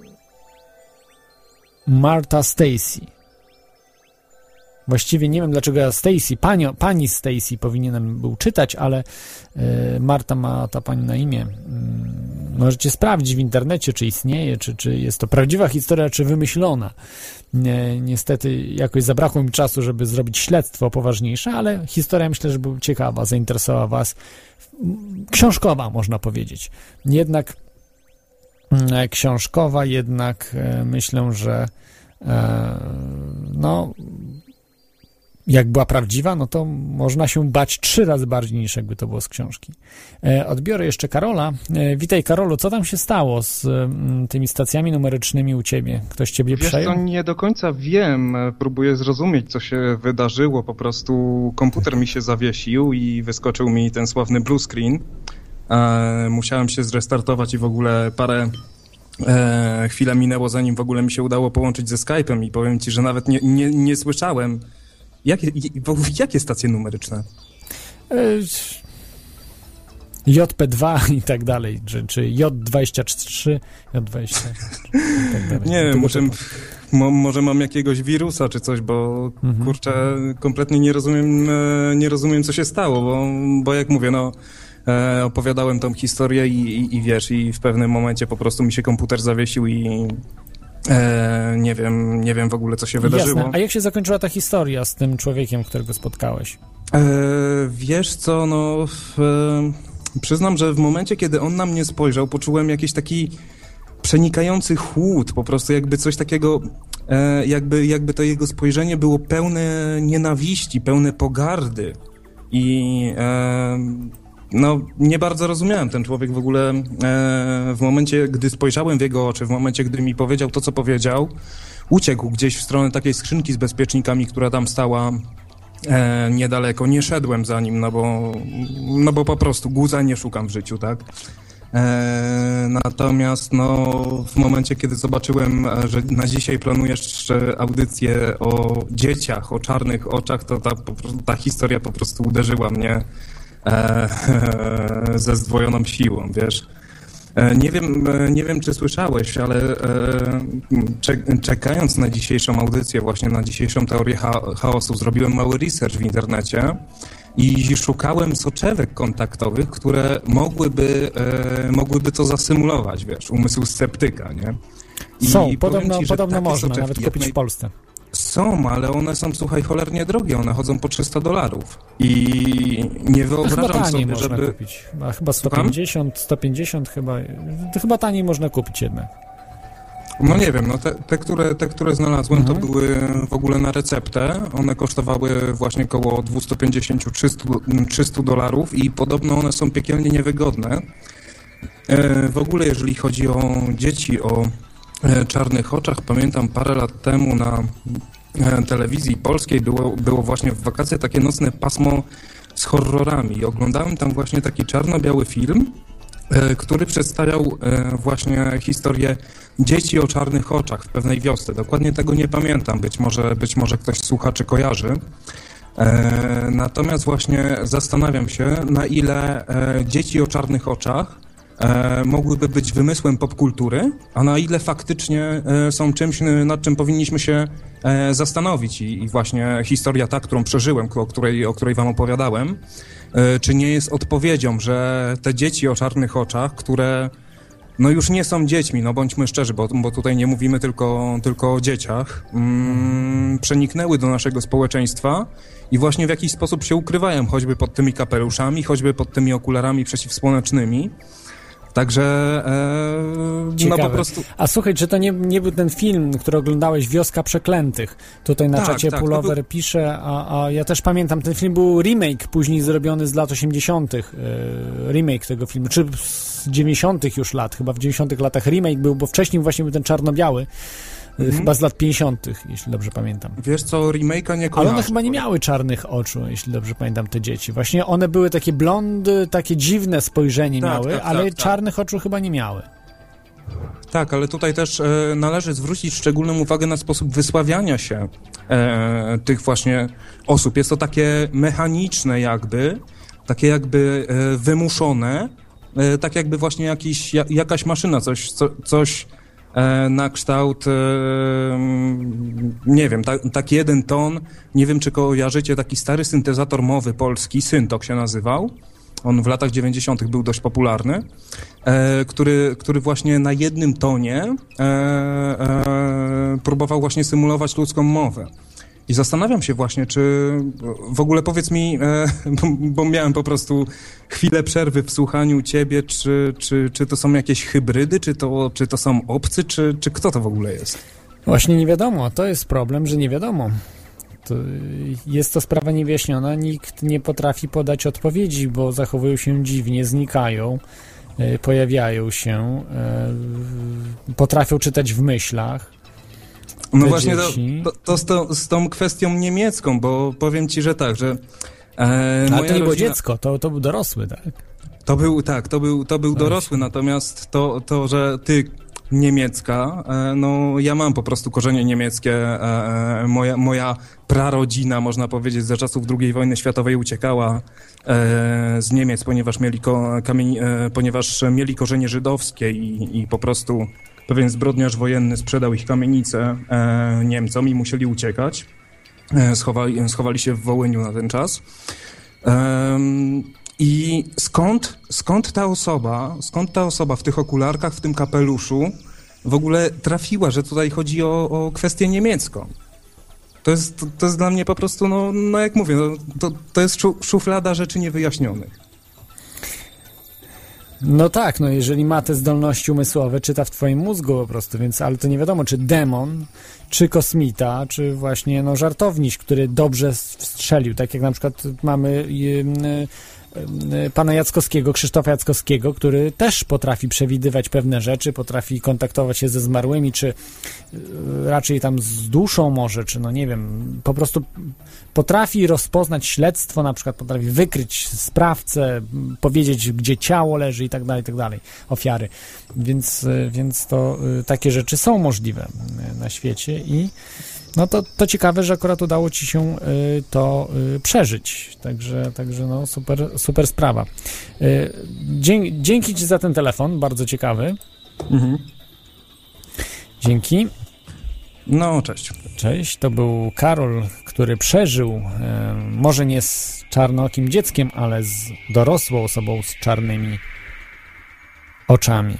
Marta Stacy. Właściwie nie wiem, dlaczego ja Stacy, panio, pani Stacy powinienem był czytać, ale y, Marta ma ta pani na imię. Y, możecie sprawdzić w internecie, czy istnieje, czy, czy jest to prawdziwa historia, czy wymyślona. Nie, niestety jakoś zabrakło mi czasu, żeby zrobić śledztwo poważniejsze, ale historia myślę, że była ciekawa, zainteresowała was. Książkowa, można powiedzieć. Jednak y, książkowa, jednak y, myślę, że y, no... jak była prawdziwa, no to można się bać trzy razy bardziej niż jakby to było z książki. E, odbiorę jeszcze Karola. E, witaj, Karolu, co tam się stało z m, tymi stacjami numerycznymi u ciebie? Ktoś ciebie Wiesz przejął? co, nie do końca wiem, próbuję zrozumieć, co się wydarzyło, po prostu komputer mi się zawiesił i wyskoczył mi ten sławny blue screen. E, musiałem się zrestartować i w ogóle parę e, chwilę minęło, zanim w ogóle mi się udało połączyć ze Skype'em i powiem ci, że nawet nie, nie, nie słyszałem. Jakie, jakie stacje numeryczne? J P dwa i tak dalej, czy, czy J dwadzieścia trzy, J dwadzieścia i tak dalej. Nie wiem, może, mo, może mam jakiegoś wirusa czy coś, bo mhm. kurczę, kompletnie nie rozumiem, nie rozumiem, co się stało, bo, bo jak mówię, no e, opowiadałem tą historię i, i, i wiesz, i w pewnym momencie po prostu mi się komputer zawiesił i E, nie wiem, nie wiem w ogóle, co się wydarzyło. Jasne. A jak się zakończyła ta historia z tym człowiekiem, którego spotkałeś? E, wiesz co, no w, e, przyznam, że w momencie, kiedy on na mnie spojrzał, poczułem jakiś taki przenikający chłód, po prostu jakby coś takiego, e, jakby, jakby to jego spojrzenie było pełne nienawiści, pełne pogardy i e, no, nie bardzo rozumiałem ten człowiek w ogóle. E, w momencie, gdy spojrzałem w jego oczy, w momencie, gdy mi powiedział to, co powiedział, uciekł gdzieś w stronę takiej skrzynki z bezpiecznikami, która tam stała e, niedaleko. Nie szedłem za nim, no bo, no bo po prostu guza nie szukam w życiu, tak? E, natomiast no, w momencie, kiedy zobaczyłem, że na dzisiaj planujesz audycję o dzieciach, o czarnych oczach, to ta, ta historia po prostu uderzyła mnie E, e, ze zdwojoną siłą, wiesz. E, nie wiem, e, nie wiem, czy słyszałeś, ale e, czek- czekając na dzisiejszą audycję, właśnie na dzisiejszą teorię cha- chaosu, zrobiłem mały research w internecie i szukałem soczewek kontaktowych, które mogłyby, e, mogłyby to zasymulować, wiesz, umysł sceptyka, nie? I Są, podobno, ci, podobno można, soczewki, nawet kupić naj... w Polsce. Są, ale one są, słuchaj, cholernie drogie, one chodzą po trzysta dolarów i nie wyobrażam chyba taniej sobie, można żeby... kupić. A chyba sto pięćdziesiąt, sto pięćdziesiąt chyba, to chyba taniej można kupić jednak. No nie wiem, no te, te, które, te które znalazłem, mhm. to były w ogóle na receptę, one kosztowały właśnie około dwieście pięćdziesiąt do trzystu dolarów i podobno one są piekielnie niewygodne. E, w ogóle jeżeli chodzi o dzieci, o czarnych oczach, pamiętam parę lat temu na telewizji polskiej było, było właśnie w wakacje takie nocne pasmo z horrorami i oglądałem tam właśnie taki czarno-biały film, który przedstawiał właśnie historię dzieci o czarnych oczach w pewnej wiosce. Dokładnie tego nie pamiętam, być może, być może ktoś z słuchaczy kojarzy. Natomiast właśnie zastanawiam się, na ile dzieci o czarnych oczach E, mogłyby być wymysłem popkultury, a na ile faktycznie e, są czymś, nad czym powinniśmy się e, zastanowić. I, I właśnie historia ta, którą przeżyłem, o której, o której wam opowiadałem, e, czy nie jest odpowiedzią, że te dzieci o czarnych oczach, które no już nie są dziećmi, no bądźmy szczerzy, bo, bo tutaj nie mówimy tylko, tylko o dzieciach, mm, przeniknęły do naszego społeczeństwa i właśnie w jakiś sposób się ukrywają, choćby pod tymi kapeluszami, choćby pod tymi okularami przeciwsłonecznymi. Także e, no po prostu... A słuchaj, czy to nie, nie był ten film, który oglądałeś, Wioska Przeklętych? Tutaj na tak, czacie tak, Pullover był... pisze, a, a ja też pamiętam, ten film był remake później zrobiony z lat osiemdziesiątych. E, remake tego filmu, czy z dziewięćdziesiątych już lat, chyba w dziewięćdziesiątych latach remake był, bo wcześniej właśnie był ten czarno-biały. hmm. chyba z lat pięćdziesiątych, jeśli dobrze pamiętam. Wiesz co, remake'a nie kojarzę. Ale one chyba nie miały czarnych oczu, jeśli dobrze pamiętam, te dzieci. Właśnie one były takie blondy, takie dziwne spojrzenie tak, miały, tak, ale tak, czarnych tak. oczu chyba nie miały. Tak, ale tutaj też e, należy zwrócić szczególną uwagę na sposób wysławiania się e, tych właśnie osób. Jest to takie mechaniczne jakby, takie jakby e, wymuszone, e, tak jakby właśnie jakiś, ja, jakaś maszyna, coś, co, coś e, na kształt, e, nie wiem, tak tak jeden ton, nie wiem czy kojarzycie taki stary syntezator mowy polski, Syntok się nazywał. On w latach dziewięćdziesiątych był dość popularny, e, który, który właśnie na jednym tonie e, e, próbował właśnie symulować ludzką mowę. I zastanawiam się właśnie, czy w ogóle powiedz mi, e, bo, bo miałem po prostu chwilę przerwy w słuchaniu ciebie, czy, czy, czy to są jakieś hybrydy, czy to, czy to są obcy, czy, czy kto to w ogóle jest? Właśnie nie wiadomo, to jest problem, że nie wiadomo. To jest to sprawa niewyjaśniona, nikt nie potrafi podać odpowiedzi, bo zachowują się dziwnie, znikają, y, pojawiają się, y, potrafią czytać w myślach. No właśnie to, to, to z, to z tą kwestią niemiecką, bo powiem ci, że tak, że... E, Ale moja to nie było rodzina... dziecko, to, to był dorosły, tak? To był, tak, to był, to był dorosły, natomiast to, to, że ty niemiecka, e, no ja mam po prostu korzenie niemieckie, e, moja, moja prarodzina, można powiedzieć, za czasów drugiej wojny światowej uciekała e, z Niemiec, ponieważ mieli, ko, kamień, e, ponieważ mieli korzenie żydowskie i, i po prostu pewien zbrodniarz wojenny sprzedał ich kamienicę e, Niemcom i musieli uciekać. E, schowali, schowali się w Wołyniu na ten czas. E, I skąd, skąd ta osoba, skąd ta osoba w tych okularkach, w tym kapeluszu w ogóle trafiła, że tutaj chodzi o, o kwestię niemiecką? To jest, to, to jest dla mnie po prostu, no, no jak mówię, no, to, to jest szuflada rzeczy niewyjaśnionych. No tak, no jeżeli ma te zdolności umysłowe, czyta w twoim mózgu po prostu, więc, ale to nie wiadomo, czy demon, czy kosmita, czy właśnie no żartowniś, który dobrze strzelił, tak jak na przykład mamy yy, yy, pana Jackowskiego, Krzysztofa Jackowskiego, który też potrafi przewidywać pewne rzeczy, potrafi kontaktować się ze zmarłymi, czy yy, raczej tam z duszą może, czy no nie wiem, po prostu potrafi rozpoznać śledztwo, na przykład potrafi wykryć sprawcę, powiedzieć, gdzie ciało leży i tak dalej, i tak dalej, ofiary. Więc, więc to y, takie rzeczy są możliwe y, na świecie i no to, to ciekawe, że akurat udało ci się y, to y, przeżyć. Także, także no super, super sprawa. Y, dzięki, dzięki ci za ten telefon, bardzo ciekawy. Mhm. Dzięki. No, cześć. Cześć, to był Karol, który przeżył, e, może nie z czarnookim dzieckiem, ale z dorosłą osobą z czarnymi oczami.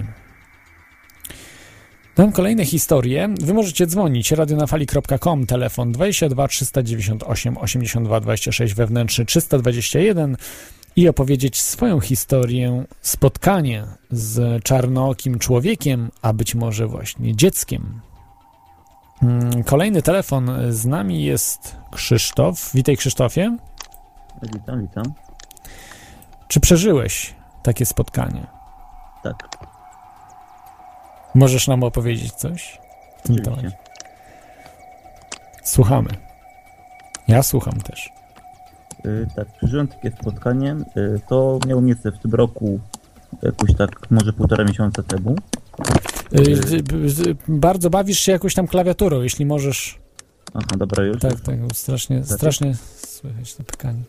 Mam kolejne historie. Wy możecie dzwonić radionafali kropka com, telefon dwadzieścia dwa trzysta dziewięćdziesiąt osiem osiemdziesiąt dwa dwadzieścia sześć, wewnętrzny trzysta dwadzieścia jeden i opowiedzieć swoją historię spotkania z czarnookim człowiekiem, a być może właśnie dzieckiem. Kolejny telefon, z nami jest Krzysztof. Witaj, Krzysztofie. Witam, witam. Czy przeżyłeś takie spotkanie? Tak. Możesz nam opowiedzieć coś w tym temacie? Słuchamy. Ja słucham też. Yy, tak, przeżyłem takie spotkanie. Yy, to miało miejsce w tym roku, jakoś tak może półtora miesiąca temu. Yy, bardzo bawisz się jakąś tam klawiaturą, jeśli możesz. Aha, dobra, już. Tak, tak, strasznie, tak. strasznie słychać to pykanie.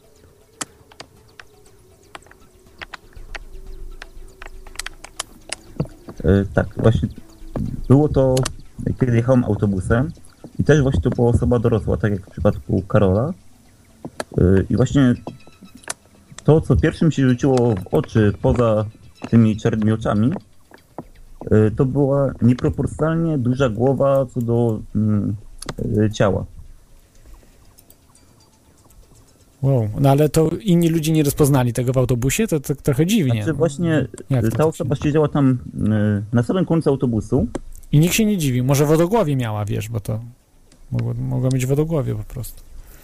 Yy, tak, właśnie było to, kiedy jechałem autobusem i też właśnie to była osoba dorosła, tak jak w przypadku Karola. Yy, I właśnie to, co pierwszym się rzuciło w oczy poza tymi czarnymi oczami, to była nieproporcjonalnie duża głowa co do mm, ciała. Wow, no ale to inni ludzie nie rozpoznali tego w autobusie? To, to trochę dziwnie. Znaczy właśnie Jak ta osoba siedziała tam y, na samym końcu autobusu. I nikt się nie dziwił. Może wodogłowie miała, wiesz, bo to mogło, mogła mieć wodogłowie po prostu.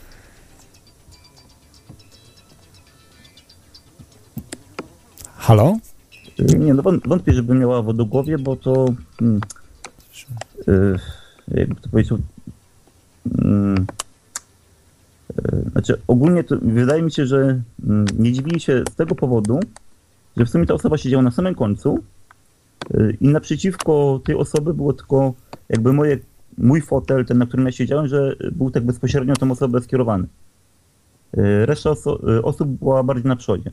Halo? Nie, no wątpię, żeby miała wodogłowie, bo to... Mm, y, jakby to powiedział, mm, e, znaczy ogólnie to wydaje mi się, że mm, nie dziwili się z tego powodu, że w sumie ta osoba siedziała na samym końcu e, i naprzeciwko tej osoby było tylko jakby moje, mój fotel, ten na którym ja siedziałem, że był tak bezpośrednio na tą osobę skierowany. E, reszta oso- osób była bardziej na przodzie.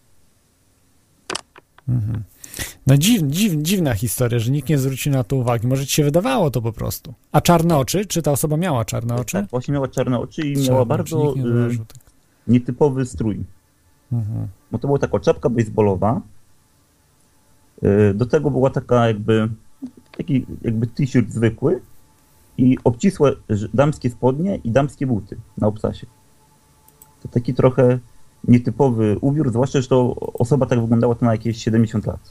Mhm. No dziw, dziw, dziwna historia, że nikt nie zwrócił na to uwagi. Może ci się wydawało to po prostu. A czarne oczy? Czy ta osoba miała czarne oczy? Tak, właśnie miała czarne oczy i Czarne miała oczy, bardzo nikt nie y, zauważył, tak. nietypowy strój. Mhm. Bo to była taka czapka baseballowa. Y, do tego była taka jakby taki jakby t-shirt zwykły i obcisłe ż- damskie spodnie i damskie buty na obcasie. To taki trochę nietypowy ubiór, zwłaszcza, że to osoba tak wyglądała to na jakieś siedemdziesiąt lat.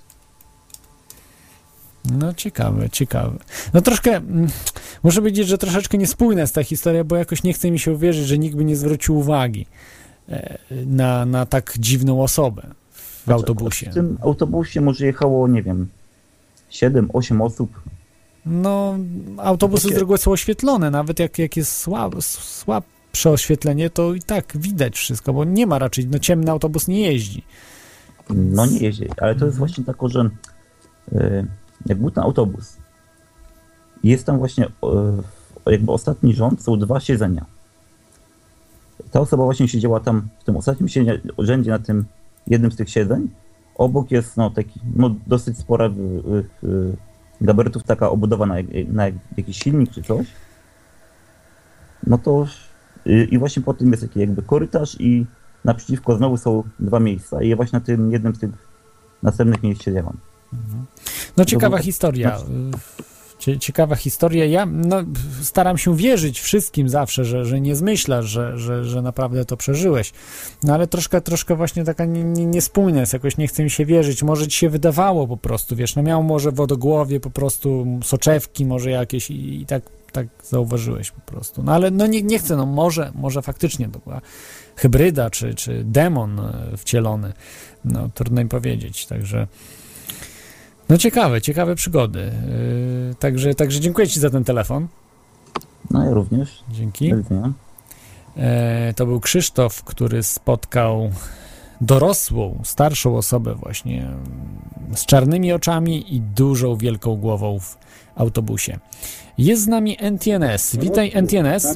No ciekawe, ciekawe. No troszkę, mm, muszę powiedzieć, że troszeczkę niespójna jest ta historia, bo jakoś nie chce mi się uwierzyć, że nikt by nie zwrócił uwagi e, na, na tak dziwną osobę w Znaczy, autobusie. W tym autobusie może jechało, nie wiem, siedem osiem osób. No, autobusy z reguły są oświetlone, nawet jak, jak jest słab, słabsze oświetlenie, to i tak widać wszystko, bo nie ma raczej, no ciemny autobus nie jeździ. No nie jeździ, ale to jest właśnie tak, że y, jak był ten autobus i jest tam właśnie y, jakby ostatni rząd, są dwa siedzenia. Ta osoba właśnie siedziała tam w tym ostatnim siedzeniu, rzędzie na tym jednym z tych siedzeń. Obok jest no taki no, dosyć spora y, y, gabarytów taka obudowa na, na jakiś silnik czy coś. No to y, i właśnie po tym jest taki jakby korytarz i naprzeciwko znowu są dwa miejsca i ja właśnie na tym jednym z tych następnych miejsc siedziałam. No ciekawa tak- historia. Cie- Ciekawa historia. Ja no, staram się wierzyć wszystkim zawsze, że, że nie zmyślasz, że, że, że naprawdę to przeżyłeś. No ale troszkę, troszkę właśnie taka nie, nie, niespójna jest. Jakoś nie chce mi się wierzyć. Może ci się wydawało po prostu, wiesz, no miał może wodogłowie po prostu, soczewki może jakieś i, i tak, tak zauważyłeś po prostu. No ale no nie, nie chcę, no może, może faktycznie to była hybryda, czy, czy demon wcielony. No trudno im powiedzieć, także no ciekawe, ciekawe przygody. Yy, także, także dziękuję ci za ten telefon. No ja również. Dzięki. Do widzenia. E, to był Krzysztof, który spotkał dorosłą, starszą osobę właśnie mm, z czarnymi oczami i dużą, wielką głową w autobusie. Jest z nami N T N S. Witaj N T N S.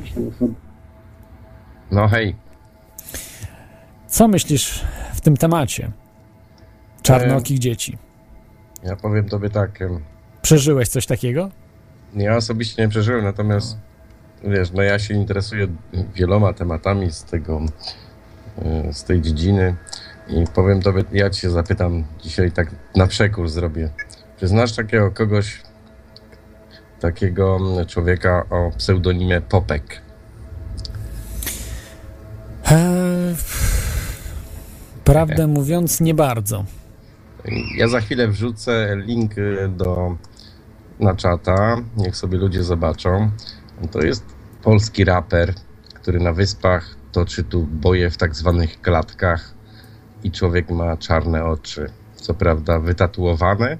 No hej. Co myślisz w tym temacie czarnookich dzieci? Ja powiem tobie tak, em, Przeżyłeś coś takiego? ja osobiście nie przeżyłem, natomiast wiesz, no ja się interesuję wieloma tematami z tego, e, z tej dziedziny i powiem tobie, ja cię zapytam dzisiaj tak na przekór zrobię. Czy znasz takiego kogoś, takiego człowieka o pseudonimie Popek? Eee, prawdę mówiąc, nie bardzo. Ja za chwilę wrzucę link y, do, na czata, niech sobie ludzie zobaczą. To jest polski raper, który na wyspach toczy tu boje w tak zwanych klatkach i człowiek ma czarne oczy. Co prawda wytatuowane,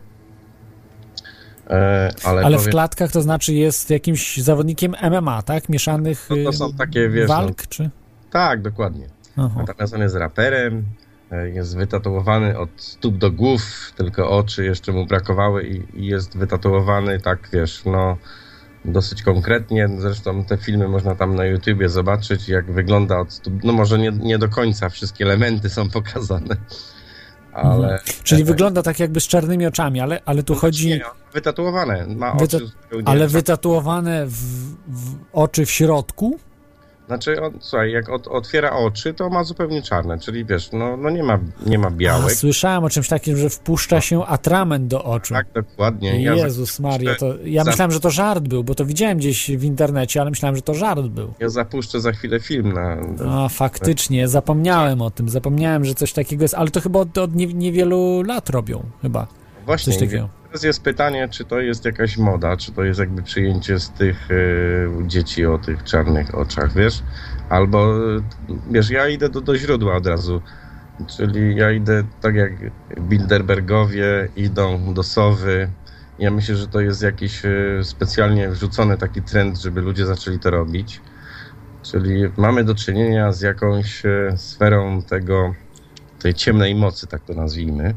e, ale, Ale w powiem, klatkach to znaczy jest jakimś zawodnikiem M M A, tak? Mieszanych no to y, są takie, wiesz, walk, no, czy? tak, dokładnie. Aha. Natomiast on jest raperem, e, jest wytatuowany od stóp do głów, tylko oczy jeszcze mu brakowały i, i jest wytatuowany tak, wiesz, no dosyć konkretnie. Zresztą te filmy można tam na YouTubie zobaczyć, jak wygląda od stóp, no może nie, nie do końca wszystkie elementy są pokazane, ale... Mhm. Czyli wygląda tak jakby z czarnymi oczami, ale, ale tu chodzi... Nie, wytatuowane, ma Wyta... oczy zupełnie... Ale wytatuowane w, w oczy w środku? Znaczy, on, słuchaj, jak od, otwiera oczy, to ma zupełnie czarne, czyli wiesz, no, no nie ma, nie ma A, białek. słyszałem o czymś takim, że wpuszcza się atrament do oczu. Tak, dokładnie. Ja Jezus Maria, to ja za- myślałem, że to żart był, bo to widziałem gdzieś w internecie, ale myślałem, że to żart był. Ja zapuszczę za chwilę film na... A, faktycznie, zapomniałem o tym, zapomniałem, że coś takiego jest, ale to chyba od, od nie, niewielu lat robią, chyba. Właśnie, coś takiego. teraz jest pytanie, czy to jest jakaś moda, czy to jest jakby przyjęcie z tych y, dzieci o tych czarnych oczach, wiesz? Albo, y, wiesz, ja idę do, do źródła od razu, czyli ja idę tak jak Bilderbergowie idą do Sowy Ja myślę, że to jest jakiś e, specjalnie wrzucony taki trend, żeby ludzie zaczęli to robić. Czyli mamy do czynienia z jakąś e, sferą tego, tej ciemnej mocy, tak to nazwijmy.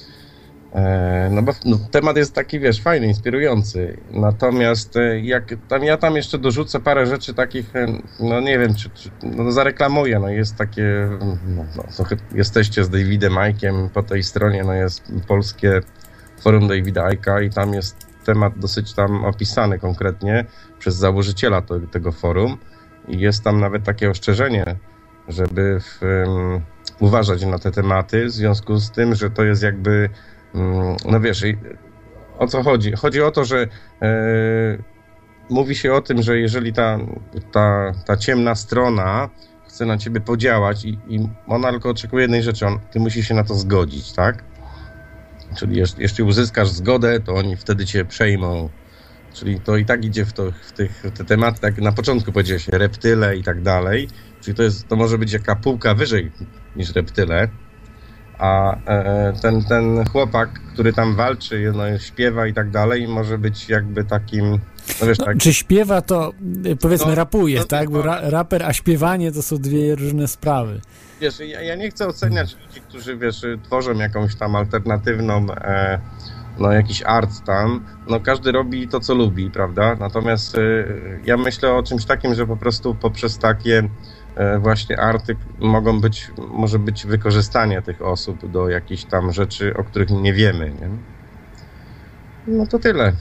E, no bo no, temat jest taki, wiesz, fajny, inspirujący. Natomiast e, jak tam, ja tam jeszcze dorzucę parę rzeczy takich, e, no nie wiem, czy, czy no zareklamuję, no jest takie, no, no, to, jesteście z Davidem Icke'iem, po tej stronie no jest polskie forum Davida Icke'a i tam jest temat dosyć tam opisany konkretnie przez założyciela to, tego forum i jest tam nawet takie ostrzeżenie, żeby w, um, uważać na te tematy w związku z tym, że to jest jakby, um, no wiesz, o co chodzi? Chodzi o to, że e, mówi się o tym, że jeżeli ta, ta, ta ciemna strona chce na ciebie podziałać i, i ona tylko oczekuje jednej rzeczy, on, ty musisz się na to zgodzić, tak? Czyli jeśli, jeśli uzyskasz zgodę, to oni wtedy cię przejmą. Czyli to i tak idzie w, to, w, tych, w te tematy, tak na początku powiedziałeś, reptyle i tak dalej. Czyli to, jest, to może być jaka półka wyżej niż reptyle. A e, ten, ten chłopak, który tam walczy, no, śpiewa i tak dalej, może być jakby takim... No wiesz, no, tak... Czy śpiewa, to powiedzmy no, rapuje, no, tak? no, Bo ra, raper, a śpiewanie to są dwie różne sprawy. Wiesz, ja, ja nie chcę oceniać ludzi, którzy, wiesz, tworzą jakąś tam alternatywną, e, no jakiś art tam. No każdy robi to, co lubi, prawda? Natomiast e, ja myślę o czymś takim, że po prostu poprzez takie e, właśnie arty mogą być, może być wykorzystanie tych osób do jakichś tam rzeczy, o których nie wiemy, nie? No to tyle.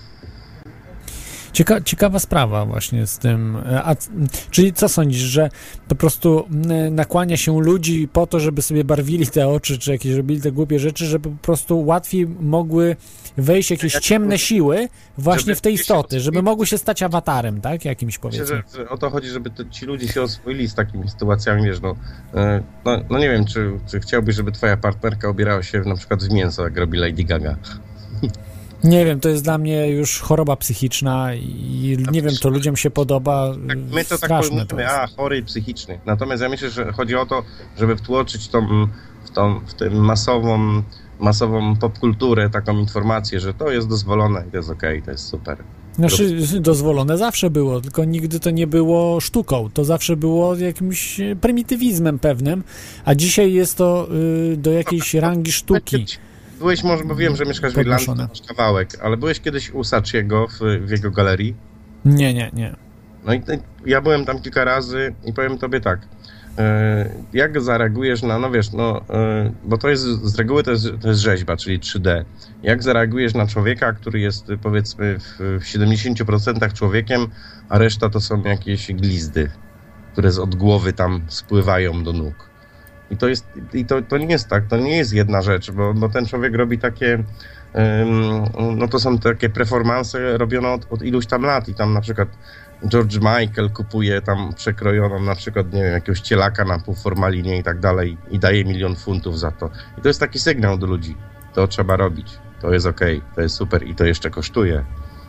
Cieka, ciekawa sprawa właśnie z tym. A, czyli co sądzisz, że po prostu nakłania się ludzi po to, żeby sobie barwili te oczy, czy jakieś robili te głupie rzeczy, żeby po prostu łatwiej mogły wejść jakieś ciemne siły właśnie żeby w te istoty, się... żeby mogły się stać awatarem, tak? Jakimś, powiedzmy. Myślę, że, że o to chodzi, żeby to, ci ludzie się oswoili z takimi sytuacjami, wiesz, no, no, no nie wiem, czy, czy chciałbyś, żeby twoja partnerka ubierała się na przykład w mięso, jak robi Lady Gaga. Nie wiem, to jest dla mnie już choroba psychiczna i no nie wiem, to ludziom się podoba. Tak, my to tak mówimy, a chory i psychiczny. Natomiast ja myślę, że chodzi o to, żeby wtłoczyć tą, w, tą, w tę masową, masową popkulturę, taką informację, że to jest dozwolone i to jest okej, okay, to jest super. Znaczy, dozwolone zawsze było, tylko nigdy to nie było sztuką, to zawsze było jakimś prymitywizmem pewnym, a dzisiaj jest to y, do jakiejś rangi sztuki. Byłeś, może, bo wiem, że mieszkasz w Irlandii, to masz kawałek, ale byłeś kiedyś u Sachiego w, w jego galerii? Nie, nie, nie. No i ja byłem tam kilka razy i powiem tobie tak, jak zareagujesz na, no wiesz, no, bo to jest, z reguły to jest, to jest rzeźba, czyli trzy D. Jak zareagujesz na człowieka, który jest, powiedzmy, w, w siedemdziesięciu procentach człowiekiem, a reszta to są jakieś glizdy, które z od głowy tam spływają do nóg. I to jest, i to, to nie jest tak, to nie jest jedna rzecz, bo, bo ten człowiek robi takie, um, no to są takie performanse robione od, od iluś tam lat i tam na przykład George Michael kupuje tam przekrojoną na przykład, nie wiem, jakiegoś cielaka na półformalinie i tak dalej i daje milion funtów za to. I to jest taki sygnał do ludzi, to trzeba robić, to jest okej, okay, to jest super i to jeszcze kosztuje.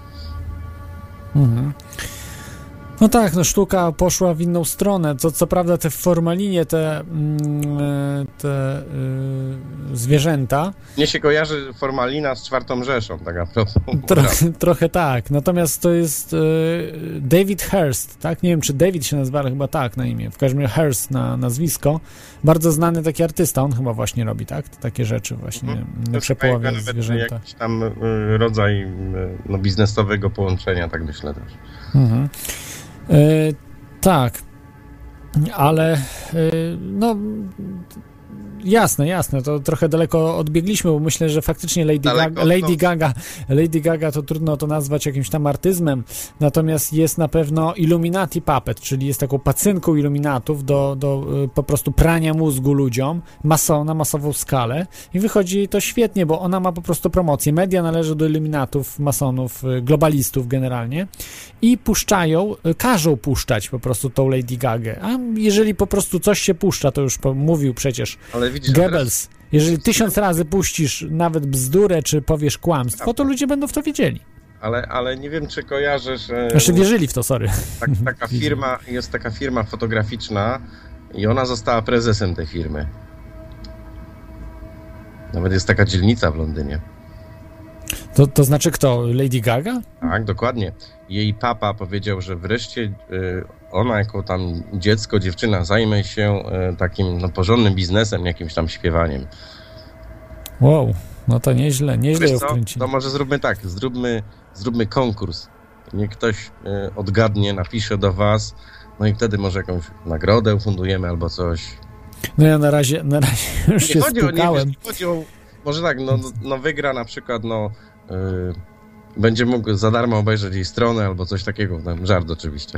Mhm. No tak, no sztuka poszła w inną stronę. Co, co prawda te w formalinie, te, te yy, zwierzęta... Mnie się kojarzy formalina z czwartą Rzeszą, tak a propos. Trochę, trochę tak, natomiast to jest yy, David Hearst, tak? Nie wiem, czy David się nazywa, ale chyba tak na imię. W każdym razie Hearst na nazwisko. Bardzo znany taki artysta, on chyba właśnie robi, tak? Takie rzeczy właśnie, mm-hmm. przepoławia zwierzęta. Jakiś tam y, rodzaj y, no, biznesowego połączenia, tak myślę też. Mhm. Yy, tak, ale yy, no jasne, jasne, to trochę daleko odbiegliśmy, bo myślę, że faktycznie Lady, daleko, Gaga, Lady, no. Gaga, Lady Gaga to trudno to nazwać jakimś tam artyzmem, natomiast jest na pewno Illuminati Puppet, czyli jest taką pacynką iluminatów do, do y, po prostu prania mózgu ludziom maso, na masową skalę i wychodzi to świetnie, bo ona ma po prostu promocję. Media należy do iluminatów, masonów, y, globalistów generalnie i puszczają, y, każą puszczać po prostu tą Lady Gagę, a jeżeli po prostu coś się puszcza, to już po, mówił przecież Ale widzisz, Goebbels, jeżeli tysiąc razy puścisz nawet bzdurę, czy powiesz kłamstwo, to ludzie będą w to wiedzieli. Ale, ale nie wiem, czy kojarzysz... Znaczy wierzyli w to, sorry. Tak, taka firma, jest taka firma fotograficzna i ona została prezesem tej firmy. Nawet jest taka dzielnica w Londynie. To, to znaczy kto? Lady Gaga? Tak, dokładnie. Jej papa powiedział, że wreszcie y, ona jako tam dziecko, dziewczyna zajmie się y, takim no, porządnym biznesem, jakimś tam śpiewaniem. Wow, no to nieźle, nieźle ją Wiesz co? wkręcili. To może zróbmy tak, zróbmy, zróbmy konkurs. Niech ktoś y, odgadnie, napisze do was, no i wtedy może jakąś nagrodę ufundujemy albo coś. No ja na razie, na razie już Nie się chodzi o, nie, spukałem. wiesz, chodzi o, może tak, no, no wygra na przykład, no y, będzie mógł za darmo obejrzeć jej stronę albo coś takiego, tam żart oczywiście.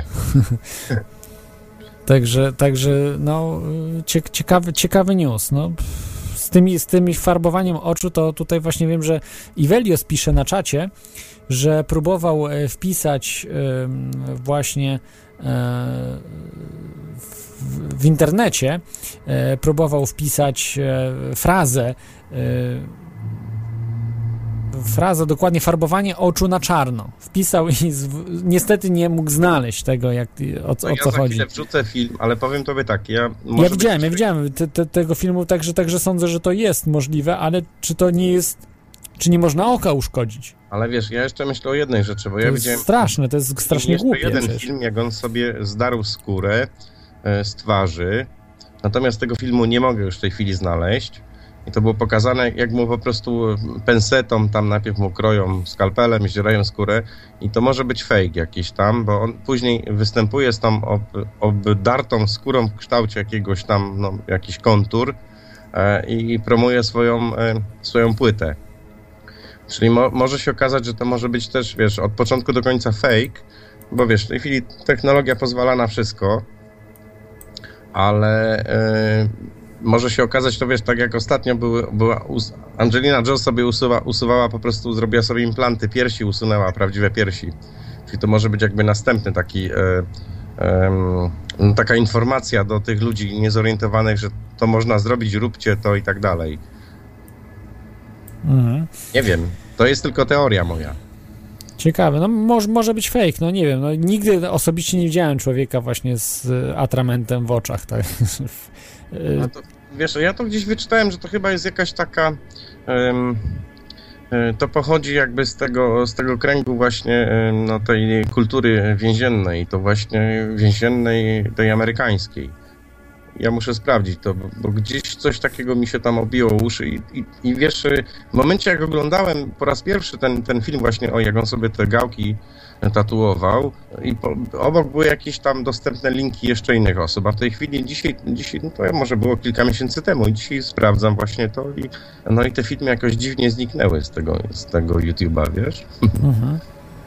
Także, także no cie, ciekawy, ciekawy news, no. Z tymi, z tymi farbowaniem oczu, to tutaj właśnie wiem, że Ivelios pisze na czacie, że próbował e, wpisać e, właśnie e, w, w internecie, e, próbował wpisać e, frazę, e, frazę dokładnie farbowanie oczu na czarno. Wpisał i z, niestety nie mógł znaleźć tego, jak, o, o co ja za chodzi. chwilę wrzucę film, ale powiem tobie tak, ja... Ja widziałem, ja widziałem te, te, tego filmu, także, także sądzę, że to jest możliwe, ale czy to nie jest, czy nie można oka uszkodzić? Ale wiesz, ja jeszcze myślę o jednej rzeczy, bo To ja jest widziałem... straszne, to jest strasznie jeszcze głupie. jeden Przecież. film, jak on sobie zdarł skórę e, z twarzy, natomiast tego filmu nie mogę już w tej chwili znaleźć. I to było pokazane, jak mu po prostu pensetą tam najpierw mu kroją skalpelem, zdzierają skórę i to może być fake jakiś tam, bo on później występuje z tą ob, obdartą skórą w kształcie jakiegoś tam, no, jakiś kontur e, i promuje swoją, e, swoją płytę. Czyli mo, może się okazać, że to może być też, wiesz, od początku do końca fake, bo wiesz, w tej chwili technologia pozwala na wszystko, ale... E, może się okazać, to wiesz, tak jak ostatnio były, była us- Angelina Jolie sobie usuwa, usuwała po prostu, zrobiła sobie implanty piersi, usunęła prawdziwe piersi. Czyli to może być jakby następny taki, e, e, no, taka informacja do tych ludzi niezorientowanych, że to można zrobić, róbcie to i tak dalej. Mhm. Nie wiem, to jest tylko teoria moja. Ciekawe, no może, może być fake, no nie wiem, no nigdy osobiście nie widziałem człowieka właśnie z atramentem w oczach, tak. No to, wiesz, ja to gdzieś wyczytałem, że to chyba jest jakaś taka... Um, to pochodzi jakby z tego, z tego kręgu właśnie no, tej kultury więziennej, to właśnie więziennej, tej amerykańskiej. Ja muszę sprawdzić to, bo, bo gdzieś coś takiego mi się tam obiło uszy i, i, i wiesz, w momencie jak oglądałem po raz pierwszy ten, ten film właśnie, o jak on sobie te gałki tatuował i po, obok były jakieś tam dostępne linki jeszcze innych osób, a w tej chwili dzisiaj, dzisiaj no to może było kilka miesięcy temu i dzisiaj sprawdzam właśnie to i no i te filmy jakoś dziwnie zniknęły z tego, z tego YouTube'a, wiesz? Mhm.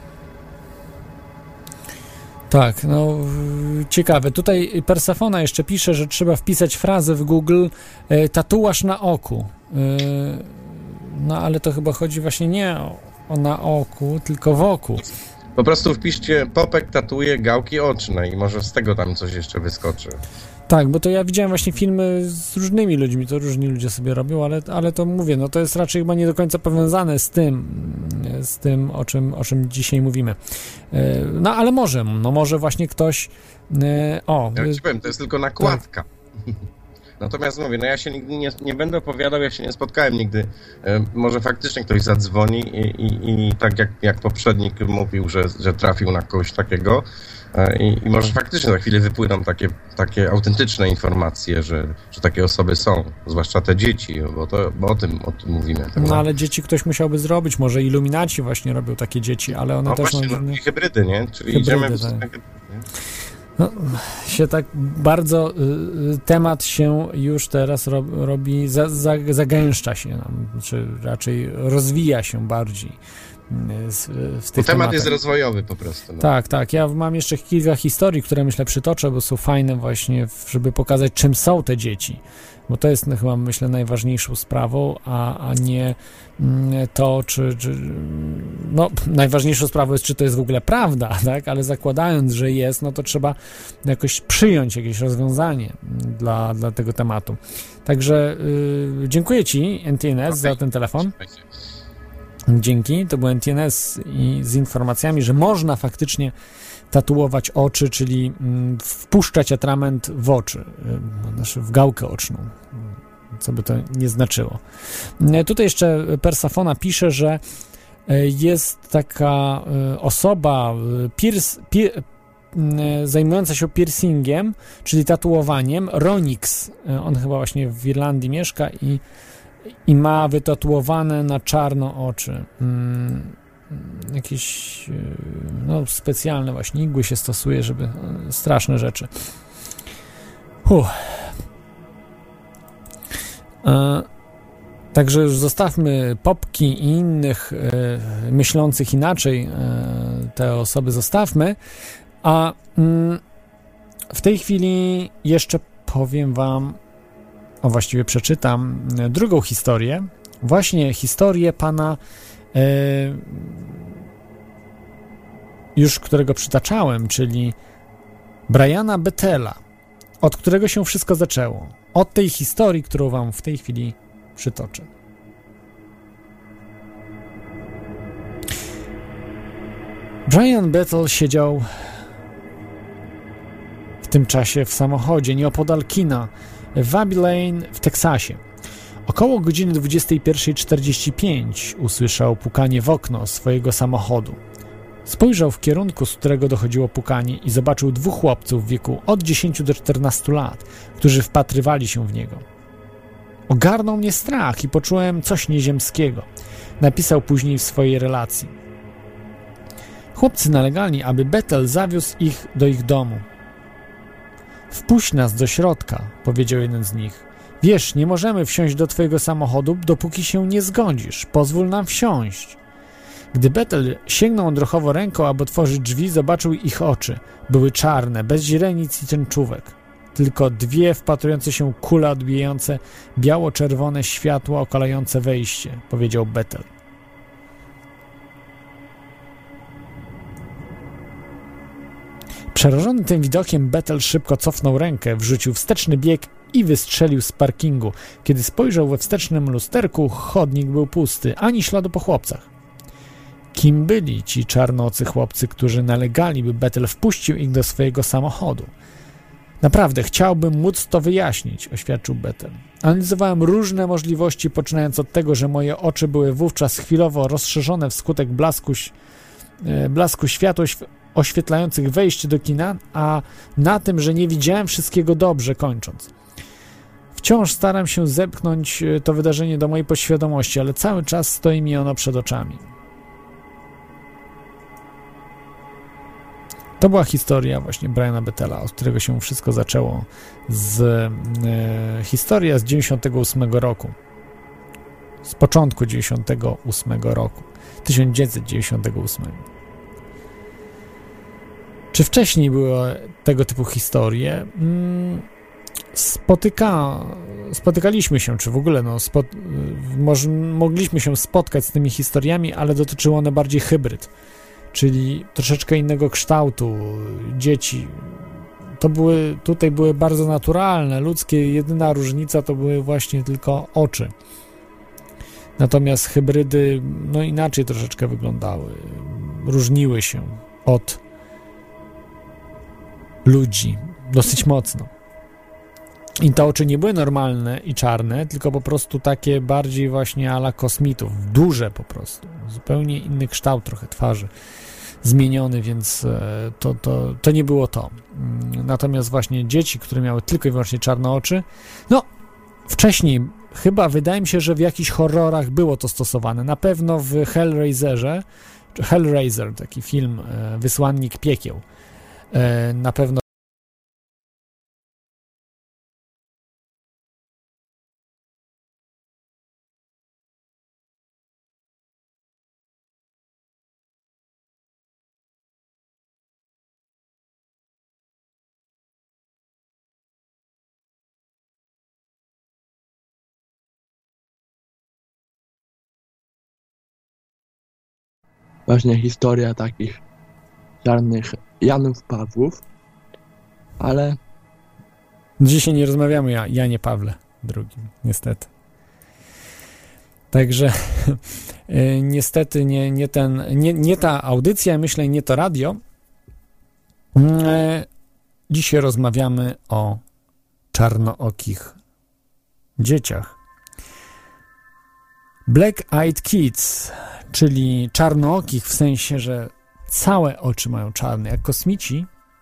Tak, no ciekawe. Tutaj Persefona jeszcze pisze, że trzeba wpisać frazę w Google e, tatuaż na oku. E, no ale to chyba chodzi właśnie nie o, o na oku, tylko w oku. Po prostu wpiszcie Popek tatuje gałki oczne i może z tego tam coś jeszcze wyskoczy. Tak, bo to ja widziałem właśnie filmy z różnymi ludźmi, to różni ludzie sobie robią, ale, ale to mówię, no to jest raczej chyba nie do końca powiązane z tym, z tym, o czym, o czym dzisiaj mówimy. No ale może, no może właśnie ktoś, o... Ja ci powiem, to jest tylko nakładka. Tak. Natomiast mówię, no ja się nigdy nie, nie będę opowiadał, ja się nie spotkałem nigdy. E, może faktycznie ktoś zadzwoni i, i, i tak jak, jak poprzednik mówił, że, że trafił na kogoś takiego e, i, i może faktycznie za chwilę wypłyną takie, takie autentyczne informacje, że, że takie osoby są, zwłaszcza te dzieci, bo, to, bo o tym, o tym mówimy. Tak? No ale dzieci ktoś musiałby zrobić, może Illuminaci właśnie robią takie dzieci, ale one no też... Właśnie, no, no, hybrydy, nie? Czyli hybrydy, idziemy... W... Tak. No, się tak bardzo y, temat się już teraz ro, robi, za, za, zagęszcza się nam, czy raczej rozwija się bardziej y, z, w tych Temat tematach. jest rozwojowy po prostu. No. Tak, tak. Ja mam jeszcze kilka historii, które myślę przytoczę, bo są fajne właśnie, żeby pokazać, czym są te dzieci. Bo to jest no, chyba, myślę, najważniejszą sprawą, a, a nie to, czy, czy... No, najważniejszą sprawą jest, czy to jest w ogóle prawda, tak? Ale zakładając, że jest, no to trzeba jakoś przyjąć jakieś rozwiązanie dla, dla tego tematu. Także yy, dziękuję Ci, N T N S, okay, za ten telefon. Dzięki. To był N T N S i z informacjami, że można faktycznie tatuować oczy, czyli mm, wpuszczać atrament w oczy, yy, znaczy w gałkę oczną, co by to nie znaczyło. Yy, tutaj jeszcze Persefona pisze, że jest taka osoba pierc, pier, zajmująca się piercingiem, czyli tatuowaniem, Ronix. On chyba właśnie w Irlandii mieszka i, i ma wytatuowane na czarno oczy. Jakieś no, specjalne właśnie igły się stosuje, żeby straszne rzeczy. Huh. E, także już zostawmy Popki i innych e, myślących inaczej, e, te osoby zostawmy, a mm, w tej chwili jeszcze powiem wam, o właściwie przeczytam e, drugą historię, właśnie historię pana e, już którego przytaczałem, czyli Briana Bettela, od którego się wszystko zaczęło. Od tej historii, którą wam w tej chwili przytoczę. Brian Bettel siedział w tym czasie w samochodzie nieopodal kina w Abbey Lane w Teksasie. Około godziny dwudziestej pierwszej czterdzieści pięć usłyszał pukanie w okno swojego samochodu. Spojrzał w kierunku, z którego dochodziło pukanie i zobaczył dwóch chłopców w wieku od dziesięciu do czternastu lat, którzy wpatrywali się w niego. Ogarnął mnie strach i poczułem coś nieziemskiego. Napisał później w swojej relacji. Chłopcy nalegali, aby Bettel zawiózł ich do ich domu. Wpuść nas do środka, powiedział jeden z nich. Wiesz, nie możemy wsiąść do twojego samochodu, dopóki się nie zgodzisz. Pozwól nam wsiąść. Gdy Bettel sięgnął odruchowo ręką, aby otworzyć drzwi, zobaczył ich oczy. Były czarne, bez źrenic i tęczówek. Tylko dwie wpatrujące się kule odbijające biało-czerwone światło okalające wejście, powiedział Bettel. Przerażony tym widokiem, Bettel szybko cofnął rękę, wrzucił wsteczny bieg i wystrzelił z parkingu. Kiedy spojrzał we wstecznym lusterku, chodnik był pusty, ani śladu po chłopcach. Kim byli ci czarnoocy chłopcy, którzy nalegali, by Bettel wpuścił ich do swojego samochodu? Naprawdę, chciałbym móc to wyjaśnić, oświadczył Bettel. Analizowałem różne możliwości, poczynając od tego, że moje oczy były wówczas chwilowo rozszerzone wskutek blasku, blasku światła oświetlających wejście do kina, a na tym, że nie widziałem wszystkiego dobrze, kończąc. Wciąż staram się zepchnąć to wydarzenie do mojej podświadomości, ale cały czas stoi mi ono przed oczami. To była historia właśnie Briana Bettela, od którego się wszystko zaczęło. Z, e, historia z dziewięćdziesiątego ósmego roku. Z początku dziewięćdziesiątego ósmego roku. tysiąc dziewięćset dziewięćdziesiątego ósmego. Czy wcześniej były tego typu historie? Spotyka, spotykaliśmy się, czy w ogóle no, spo, może, mogliśmy się spotkać z tymi historiami, ale dotyczyły one bardziej hybryd, czyli troszeczkę innego kształtu dzieci. To były, tutaj były bardzo naturalne, ludzkie, jedyna różnica to były właśnie tylko oczy. Natomiast hybrydy no inaczej troszeczkę wyglądały, różniły się od ludzi dosyć mocno. I te oczy nie były normalne i czarne, tylko po prostu takie bardziej właśnie a la kosmitów, duże po prostu, zupełnie inny kształt trochę twarzy, zmieniony, więc to, to, to nie było to. Natomiast właśnie dzieci, które miały tylko i wyłącznie czarne oczy, no wcześniej chyba wydaje mi się, że w jakichś horrorach było to stosowane, na pewno w Hellraiserze, Hellraiser, taki film, Wysłannik Piekieł, na pewno właśnie historia takich czarnych Janów Pawłów, ale... Dzisiaj nie rozmawiamy o Janie Pawle drugim, niestety. Także niestety nie, nie, ten, nie, nie ta audycja, myślę, nie to radio. Dzisiaj rozmawiamy o czarnookich dzieciach. Black Eyed Kids, czyli czarnookich w sensie, że całe oczy mają czarne, jak kosmici,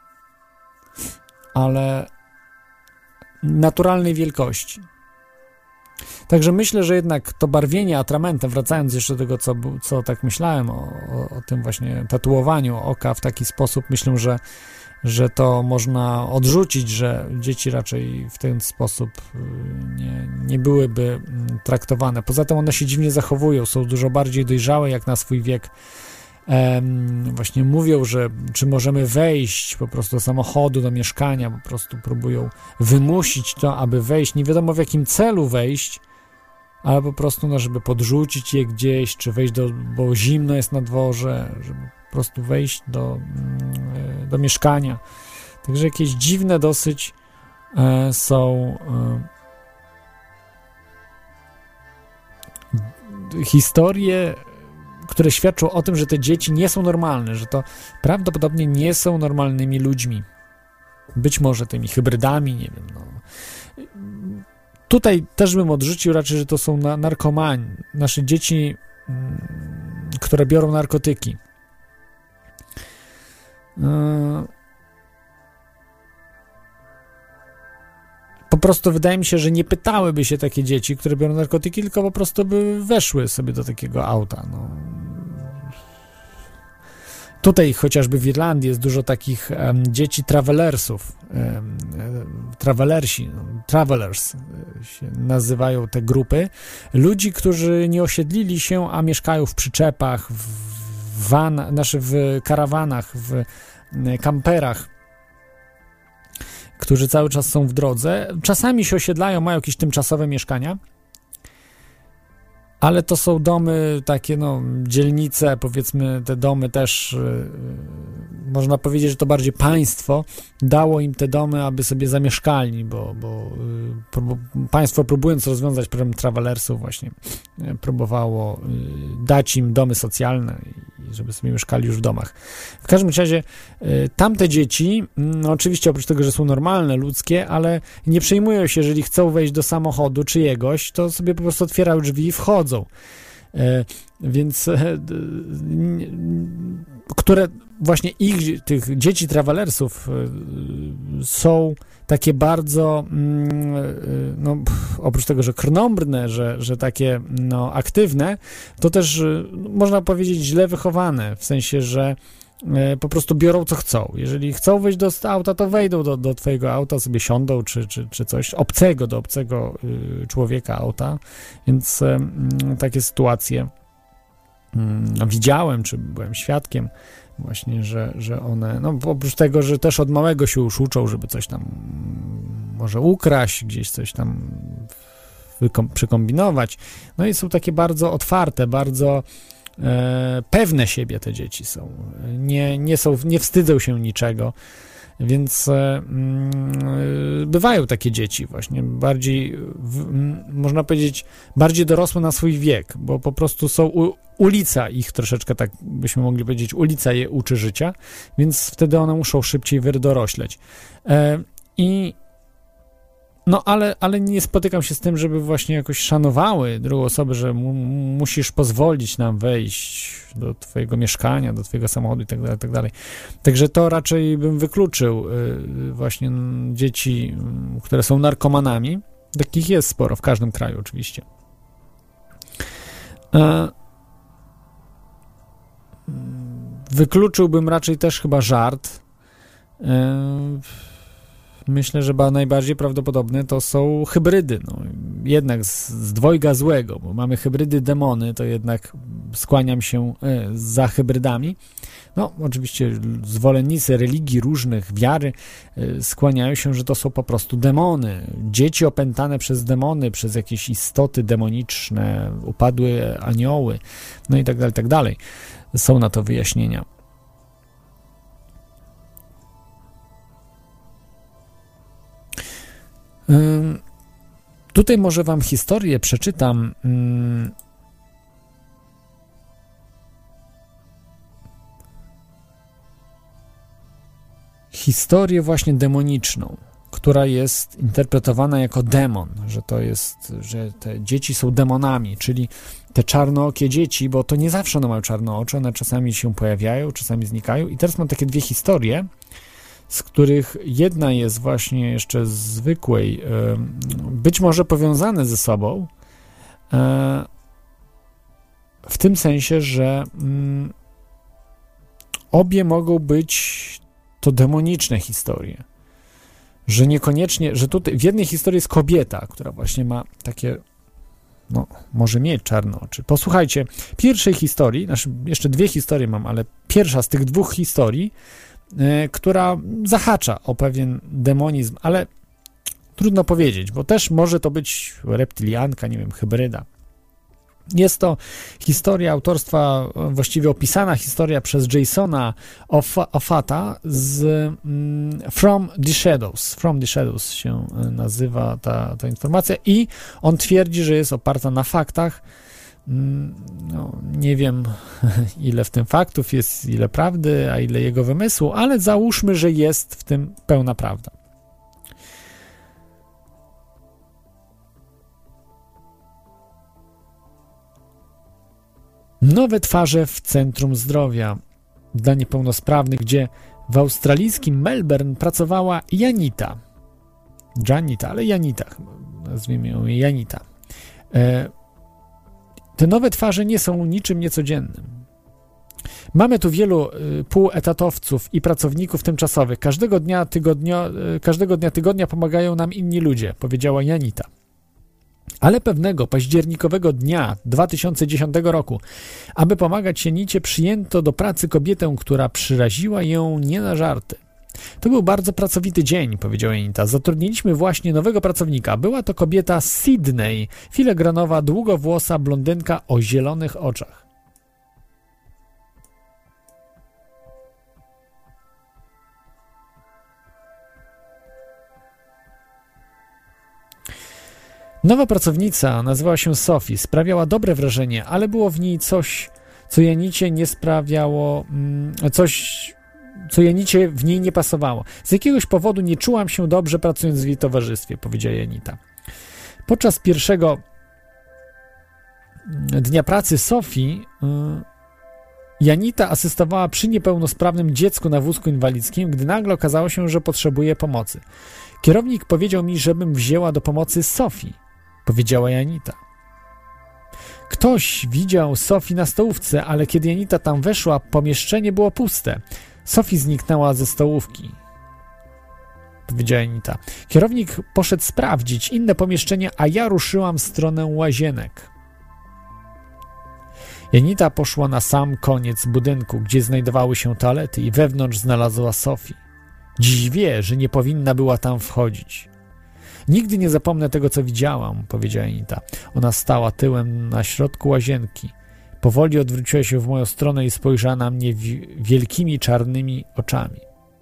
ale naturalnej wielkości. Także myślę, że jednak to barwienie atramentem, wracając jeszcze do tego, co, co tak myślałem o, o, o tym właśnie tatuowaniu oka w taki sposób, myślę, że, że to można odrzucić, że dzieci raczej w ten sposób nie, nie byłyby traktowane. Poza tym one się dziwnie zachowują, są dużo bardziej dojrzałe jak na swój wiek. Ehm, właśnie mówią, że czy możemy wejść po prostu do samochodu, do mieszkania, po prostu próbują wymusić to, aby wejść, nie wiadomo w jakim celu wejść, ale po prostu, no, żeby podrzucić je gdzieś, czy wejść do, bo zimno jest na dworze, żeby po prostu wejść do, do mieszkania. Także jakieś dziwne dosyć e, są e, historie, które świadczą o tym, że te dzieci nie są normalne, że to prawdopodobnie nie są normalnymi ludźmi. Być może tymi hybrydami, nie wiem, no. Tutaj też bym odrzucił raczej, że to są na- narkomani. Nasze dzieci, mm, które biorą narkotyki. Yy... Po prostu wydaje mi się, że nie pytałyby się takie dzieci, które biorą narkotyki, tylko po prostu by weszły sobie do takiego auta. No. Tutaj chociażby w Irlandii jest dużo takich um, dzieci travelersów. Um, travelersi, no, travelers się nazywają te grupy. Ludzi, którzy nie osiedlili się, a mieszkają w przyczepach, w, van, znaczy w karawanach, w kamperach, którzy cały czas są w drodze. Czasami się osiedlają, mają jakieś tymczasowe mieszkania, ale to są domy takie, no, dzielnice, powiedzmy, te domy też, yy, można powiedzieć, że to bardziej państwo dało im te domy, aby sobie zamieszkali, bo, bo yy, prób, państwo, próbując rozwiązać problem travelersów, właśnie yy, próbowało yy, dać im domy socjalne, i żeby sobie mieszkali już w domach. W każdym razie yy, tamte dzieci, yy, oczywiście oprócz tego, że są normalne, ludzkie, ale nie przejmują się, jeżeli chcą wejść do samochodu czyjegoś, to sobie po prostu otwierają drzwi i wchodzą. E, więc e, które właśnie ich, tych dzieci travelersów e, są takie bardzo mm, e, no, oprócz tego, że krnąbrne, że, że takie, no, aktywne, to też e, można powiedzieć źle wychowane, w sensie, że po prostu biorą co chcą. Jeżeli chcą wejść do auta, to wejdą do, do twojego auta, sobie siądą, czy, czy, czy coś obcego, do obcego y, człowieka auta, więc y, takie sytuacje y, widziałem, czy byłem świadkiem właśnie, że, że one, no oprócz tego, że też od małego się już uczą, żeby coś tam może ukraść, gdzieś coś tam wykom- przykombinować, no i są takie bardzo otwarte, bardzo E, pewne siebie te dzieci są. Nie, nie są, nie wstydzą się niczego, więc e, mm, bywają takie dzieci właśnie, bardziej, w, m, można powiedzieć, bardziej dorosłe na swój wiek, bo po prostu są, u, ulica ich troszeczkę, tak byśmy mogli powiedzieć, ulica je uczy życia, więc wtedy one muszą szybciej wydorośleć. E, I No, ale, ale nie spotykam się z tym, żeby właśnie jakoś szanowały drugą osobę, że mu, musisz pozwolić nam wejść do twojego mieszkania, do twojego samochodu i tak dalej, tak dalej. Także to raczej bym wykluczył y, właśnie dzieci, y, które są narkomanami. Takich jest sporo w każdym kraju oczywiście. E, wykluczyłbym raczej też chyba żart. E, Myślę, że najbardziej prawdopodobne to są hybrydy. No, jednak z, z dwojga złego, bo mamy hybrydy, demony, to jednak skłaniam się e, za hybrydami. No, oczywiście zwolennicy religii różnych, wiary e, skłaniają się, że to są po prostu demony. Dzieci opętane przez demony, przez jakieś istoty demoniczne, upadłe anioły, no i tak dalej, tak dalej. Są na to wyjaśnienia. Tutaj może wam historię przeczytam. Historię właśnie demoniczną, która jest interpretowana jako demon, że to jest, że te dzieci są demonami, czyli te czarnookie dzieci, bo to nie zawsze one mają czarne oczy, one czasami się pojawiają, czasami znikają. I teraz mam takie dwie historie, z których jedna jest właśnie jeszcze zwykłej, być może powiązane ze sobą, w tym sensie, że obie mogą być to demoniczne historie. Że niekoniecznie, że tutaj w jednej historii jest kobieta, która właśnie ma takie, no, może mieć czarne oczy. Posłuchajcie, pierwszej historii, znaczy jeszcze dwie historie mam, ale pierwsza z tych dwóch historii, yy, która zahacza o pewien demonizm, ale trudno powiedzieć, bo też może to być reptylianka, nie wiem, hybryda. Jest to historia autorstwa, właściwie opisana historia przez Jasona Offata z mm, From the Shadows. From the Shadows się nazywa ta, ta informacja i on twierdzi, że jest oparta na faktach. No, nie wiem, ile w tym faktów jest, ile prawdy, a ile jego wymysłu, ale załóżmy, że jest w tym pełna prawda. Nowe twarze w Centrum Zdrowia dla Niepełnosprawnych, gdzie w australijskim Melbourne pracowała Janita. Janita, ale Janita, nazwijmy ją Janita. E, te nowe twarze nie są niczym niecodziennym. Mamy tu wielu y, półetatowców i pracowników tymczasowych. Każdego dnia, tygodnia, y, każdego dnia tygodnia pomagają nam inni ludzie, powiedziała Janita. Ale pewnego październikowego dnia dwa tysiące dziesiątego roku, aby pomagać Janicie, przyjęto do pracy kobietę, która przyraziła ją nie na żarty. To był bardzo pracowity dzień, powiedziała Janita. Zatrudniliśmy właśnie nowego pracownika. Była to kobieta z Sydney, filegranowa, długowłosa blondynka o zielonych oczach. Nowa pracownica nazywała się Sophie, sprawiała dobre wrażenie, ale było w niej coś, co Janicie nie sprawiało, coś, co Janicie w niej nie pasowało. Z jakiegoś powodu nie czułam się dobrze pracując w jej towarzystwie, powiedziała Janita. Podczas pierwszego dnia pracy Sophie Janita asystowała przy niepełnosprawnym dziecku na wózku inwalidzkim, gdy nagle okazało się, że potrzebuje pomocy. Kierownik powiedział mi, żebym wzięła do pomocy Sophie, powiedziała Janita. Ktoś widział Sophie na stołówce, ale kiedy Janita tam weszła, pomieszczenie było puste. Sophie zniknęła ze stołówki, powiedziała Janita. Kierownik poszedł sprawdzić inne pomieszczenie, a ja ruszyłam w stronę łazienek. Janita poszła na sam koniec budynku, gdzie znajdowały się toalety i wewnątrz znalazła Sophie. Dziś wie, że nie powinna była tam wchodzić. Nigdy nie zapomnę tego, co widziałam, powiedziała Janita. Ona stała tyłem na środku łazienki. Powoli odwróciła się w moją stronę i spojrzała na mnie wielkimi czarnymi oczami.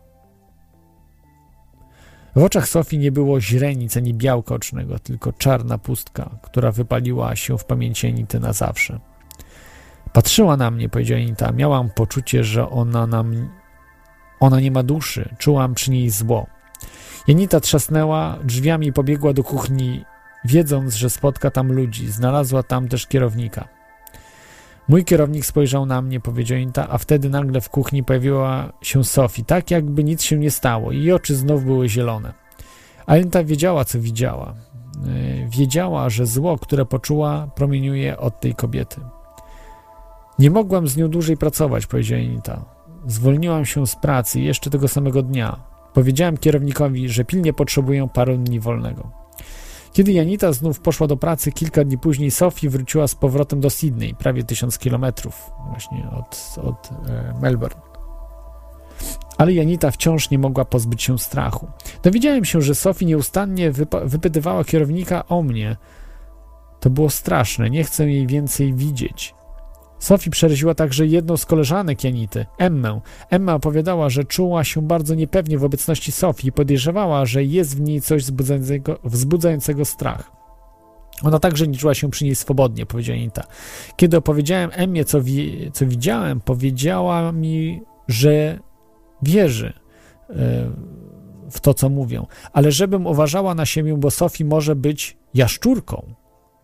W oczach Sophie nie było źrenic ani białka ocznego, tylko czarna pustka, która wypaliła się w pamięci Janity na zawsze. Patrzyła na mnie, powiedziała Janita. Miałam poczucie, że ona nam... Ona nie ma duszy. Czułam przy niej zło. Janita trzasnęła drzwiami i pobiegła do kuchni, wiedząc, że spotka tam ludzi. Znalazła tam też kierownika. Mój kierownik spojrzał na mnie, powiedziała Janita, a wtedy nagle w kuchni pojawiła się Sophie, tak jakby nic się nie stało. Jej oczy znów były zielone. A Janita wiedziała, co widziała. Wiedziała, że zło, które poczuła, promieniuje od tej kobiety. Nie mogłam z nią dłużej pracować, powiedziała Janita. Zwolniłam się z pracy jeszcze tego samego dnia. Powiedziałem kierownikowi, że pilnie potrzebuję paru dni wolnego. Kiedy Janita znów poszła do pracy, kilka dni później Sophie wróciła z powrotem do Sydney, prawie tysiąc kilometrów właśnie od, od e, Melbourne. Ale Janita wciąż nie mogła pozbyć się strachu. Dowiedziałem się, że Sophie nieustannie wypa- wypytywała kierownika o mnie. To było straszne, nie chcę jej więcej widzieć. Sophie przeraziła także jedną z koleżanek Janity, Emmę. Emma opowiadała, że czuła się bardzo niepewnie w obecności Sophie i podejrzewała, że jest w niej coś wzbudzającego, wzbudzającego strach. Ona także nie czuła się przy niej swobodnie, powiedziała Janita. Kiedy opowiedziałem Emmie, co, wi- co widziałem, powiedziała mi, że wierzy, w to, co mówią, ale żebym uważała na siebie, bo Sophie może być jaszczurką.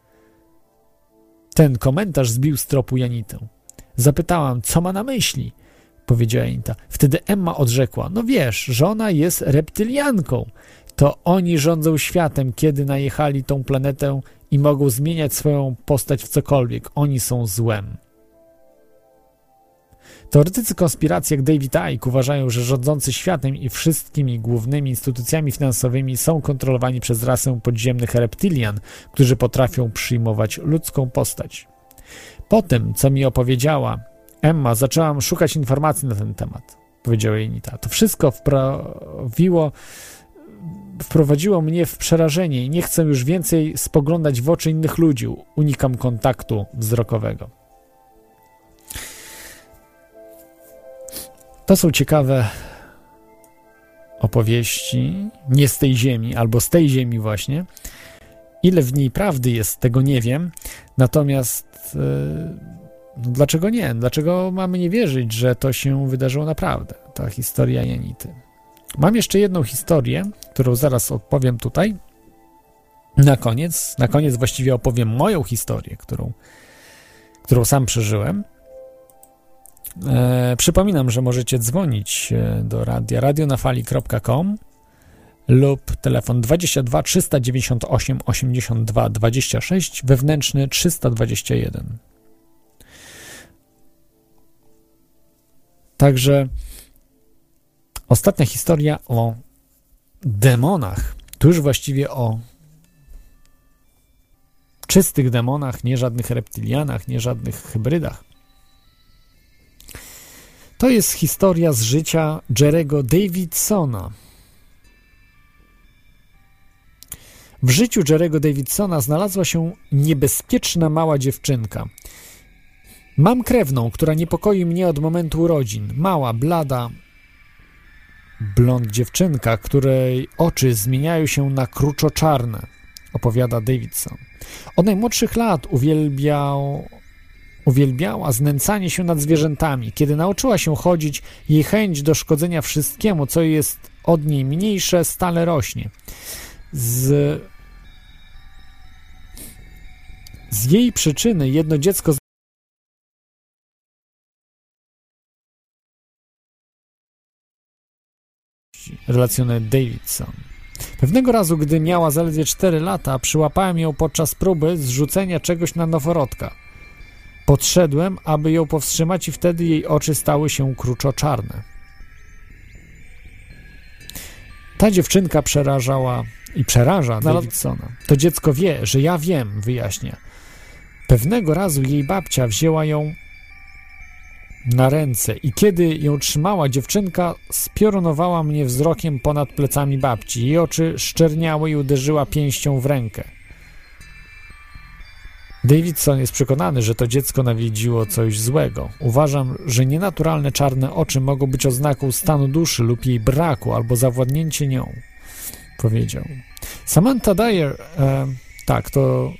Ten komentarz zbił z tropu Janitę. Zapytałam, co ma na myśli, powiedziała Janita. Wtedy Emma odrzekła, no wiesz, że ona jest reptylianką. To oni rządzą światem, kiedy najechali tą planetę i mogą zmieniać swoją postać w cokolwiek. Oni są złem. Teoretycy konspiracji jak David Icke uważają, że rządzący światem i wszystkimi głównymi instytucjami finansowymi są kontrolowani przez rasę podziemnych reptilian, którzy potrafią przyjmować ludzką postać. Po tym, co mi opowiedziała Emma, zaczęłam szukać informacji na ten temat, powiedziała Janita. To wszystko wprawiło, wprowadziło mnie w przerażenie i nie chcę już więcej spoglądać w oczy innych ludzi. Unikam kontaktu wzrokowego. To są ciekawe opowieści, nie z tej ziemi, albo z tej ziemi właśnie. Ile w niej prawdy jest, tego nie wiem. Natomiast yy, no dlaczego nie? Dlaczego mamy nie wierzyć, że to się wydarzyło naprawdę? Ta historia Janity. Mam jeszcze jedną historię, którą zaraz opowiem tutaj. Na koniec, na koniec właściwie opowiem moją historię, którą, którą sam przeżyłem. E, przypominam, że możecie dzwonić do radia radionafali kropka com lub telefon dwadzieścia dwa trzysta dziewięćdziesiąt osiem osiemdziesiąt dwa dwadzieścia sześć, wewnętrzny trzysta dwadzieścia jeden. Także ostatnia historia o demonach. Tu już właściwie o czystych demonach, nie żadnych reptilianach, nie żadnych hybrydach. To jest historia z życia Jerego Davidsona. W życiu Jerego Davidsona znalazła się niebezpieczna mała dziewczynka. Mam krewną, która niepokoi mnie od momentu urodzin. Mała, blada, blond dziewczynka, której oczy zmieniają się na kruczoczarne, opowiada Davidson. Od najmłodszych lat uwielbiał... Uwielbiała znęcanie się nad zwierzętami. Kiedy nauczyła się chodzić, jej chęć do szkodzenia wszystkiemu, co jest od niej mniejsze, stale rośnie. Z, z jej przyczyny jedno dziecko relacjonuje Davidson. Pewnego razu, gdy miała zaledwie cztery lata, przyłapałem ją podczas próby zrzucenia czegoś na noworodka. Podszedłem, aby ją powstrzymać i wtedy jej oczy stały się kruczoczarne. Ta dziewczynka przerażała i przeraża Davidsona. To dziecko wie, że ja wiem, wyjaśnia. Pewnego razu jej babcia wzięła ją na ręce i kiedy ją trzymała, dziewczynka spionowała mnie wzrokiem ponad plecami babci. Jej oczy szczerniały i uderzyła pięścią w rękę. Davidson jest przekonany, że to dziecko nawiedziło coś złego. Uważam, że nienaturalne czarne oczy mogą być oznaką stanu duszy lub jej braku albo zawładnięcie nią, powiedział. Samantha Dyer, e, tak, to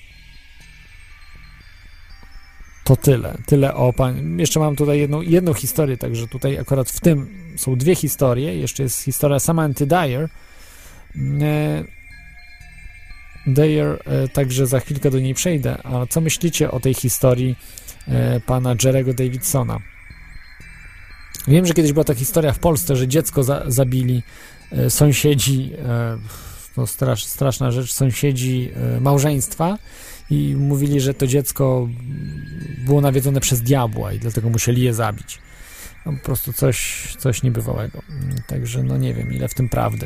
to tyle. Tyle o pan. Jeszcze mam tutaj jedną, jedną historię, także tutaj akurat w tym są dwie historie. Jeszcze jest historia Samanthy Dyer. E, Dyer, e, także za chwilkę do niej przejdę. A co myślicie o tej historii e, pana Jerego Davidsona? Wiem, że kiedyś była ta historia w Polsce, że dziecko za, zabili e, sąsiedzi, e, to strasz, straszna rzecz, sąsiedzi e, małżeństwa i mówili, że to dziecko było nawiedzone przez diabła i dlatego musieli je zabić. No, po prostu coś, coś niebywałego. Także no nie wiem, ile w tym prawdy.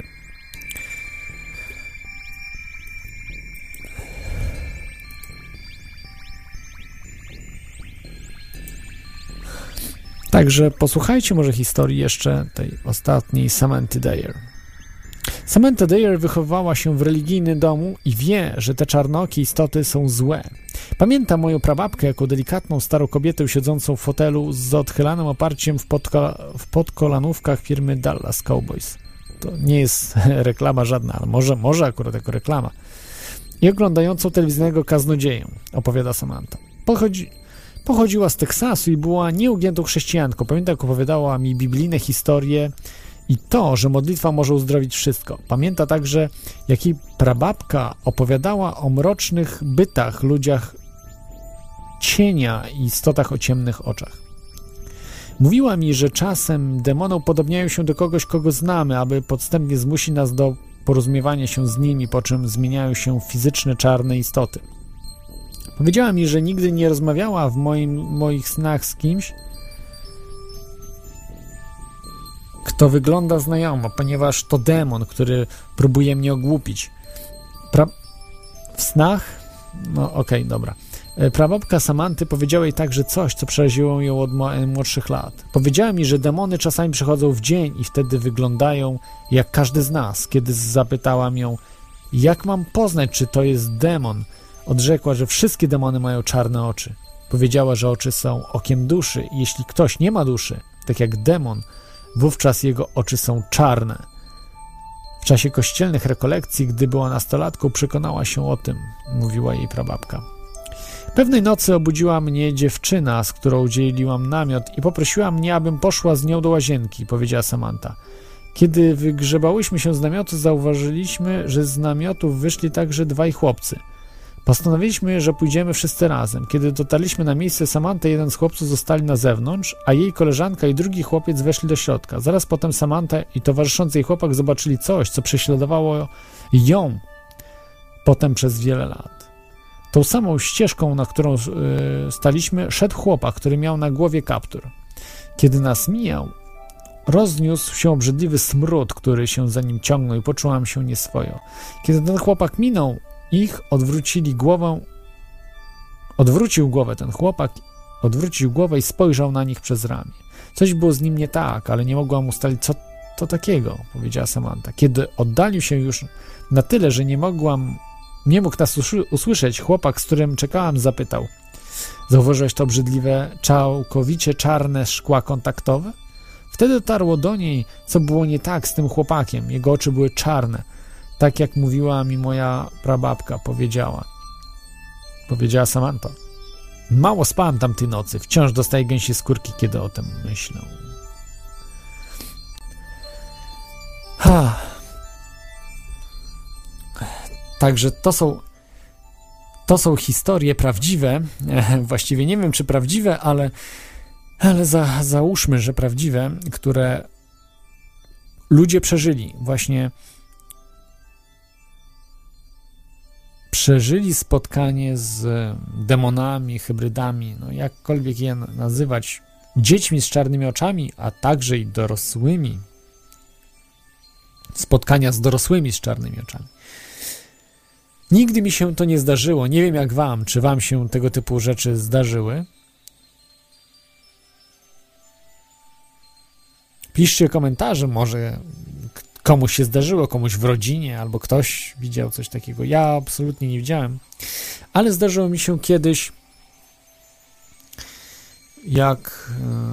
Także posłuchajcie może historii jeszcze tej ostatniej Samanthy Dyer. Samantha Dyer wychowała się w religijnym domu i wie, że te czarnookie istoty są złe. Pamiętam moją prababkę jako delikatną starą kobietę siedzącą w fotelu z odchylanym oparciem w, podko- w podkolanówkach firmy Dallas Cowboys. To nie jest reklama żadna, ale może, może akurat jako reklama. I oglądającą telewizyjnego kaznodzieję, opowiada Samantha. Pochodzi... Pochodziła z Teksasu i była nieugiętą chrześcijanką. Pamiętam, jak opowiadała mi biblijne historie i to, że modlitwa może uzdrowić wszystko. Pamięta także, jak jej prababka opowiadała o mrocznych bytach, ludziach cienia i istotach o ciemnych oczach. Mówiła mi, że czasem demony upodobniają się do kogoś, kogo znamy, aby podstępnie zmusić nas do porozumiewania się z nimi, po czym zmieniają się w fizyczne, czarne istoty. Powiedziała mi, że nigdy nie rozmawiała w moim, moich snach z kimś, kto wygląda znajomo, ponieważ to demon, który próbuje mnie ogłupić. Pra... W snach? No okej, okay, dobra. Prababka Samanty powiedziała jej także coś, co przeraziło ją od młodszych lat. Powiedziała mi, że demony czasami przychodzą w dzień i wtedy wyglądają jak każdy z nas. Kiedy zapytałam ją, jak mam poznać, czy to jest demon, odrzekła, że wszystkie demony mają czarne oczy. Powiedziała, że oczy są okiem duszy i jeśli ktoś nie ma duszy, tak jak demon, wówczas jego oczy są czarne. W czasie kościelnych rekolekcji, gdy była nastolatką, przekonała się o tym, mówiła jej prababka. Pewnej nocy obudziła mnie dziewczyna, z którą udzieliłam namiot i poprosiła mnie, abym poszła z nią do łazienki, powiedziała Samantha. Kiedy wygrzebałyśmy się z namiotu, zauważyliśmy, że z namiotów wyszli także dwaj chłopcy. Postanowiliśmy, że pójdziemy wszyscy razem. Kiedy dotarliśmy na miejsce, Samantha i jeden z chłopców zostali na zewnątrz, a jej koleżanka i drugi chłopiec weszli do środka. Zaraz potem Samantha i towarzyszący jej chłopak zobaczyli coś, co prześladowało ją potem przez wiele lat. Tą samą ścieżką, na którą y, staliśmy, szedł chłopak, który miał na głowie kaptur. Kiedy nas mijał, rozniósł się obrzydliwy smród, który się za nim ciągnął i poczułam się nieswojo. Kiedy ten chłopak minął ich, odwrócili głowę, odwrócił głowę ten chłopak, odwrócił głowę i spojrzał na nich przez ramię. Coś było z nim nie tak, ale nie mogłam ustalić, co to takiego, powiedziała Samantha. Kiedy oddalił się już na tyle, że nie mogłam Nie mógł nas usłyszeć, chłopak, z którym czekałam, zapytał: zauważyłeś to obrzydliwe, całkowicie czarne szkła kontaktowe? Wtedy dotarło do niej, co było nie tak z tym chłopakiem. Jego oczy były czarne, tak jak mówiła mi moja prababka, powiedziała. Powiedziała Samantha. Mało spałam tamtej nocy, wciąż dostaję gęsie skórki, kiedy o tym myślę. Ha. Także to są, to są historie prawdziwe, właściwie nie wiem, czy prawdziwe, ale, ale za, załóżmy, że prawdziwe, które ludzie przeżyli. Właśnie przeżyli spotkanie z demonami, hybrydami, no jakkolwiek je nazywać, dziećmi z czarnymi oczami, a także i dorosłymi. Spotkania z dorosłymi z czarnymi oczami. Nigdy mi się to nie zdarzyło. Nie wiem jak wam, czy wam się tego typu rzeczy zdarzyły. Piszcie komentarze, może komuś się zdarzyło, komuś w rodzinie, albo ktoś widział coś takiego. Ja absolutnie nie widziałem. Ale zdarzyło mi się kiedyś, jak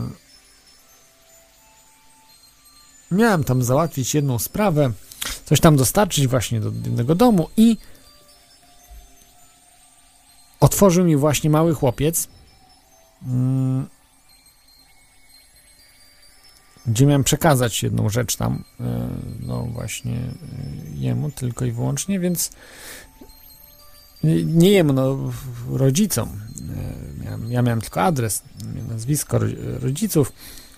yy, miałem tam załatwić jedną sprawę, coś tam dostarczyć właśnie do jednego domu i otworzył mi właśnie mały chłopiec, mm, gdzie miałem przekazać jedną rzecz tam, yy, no właśnie yy, jemu tylko i wyłącznie, więc yy, nie jemu, no rodzicom. Yy, miałem, ja miałem tylko adres, nazwisko rodziców.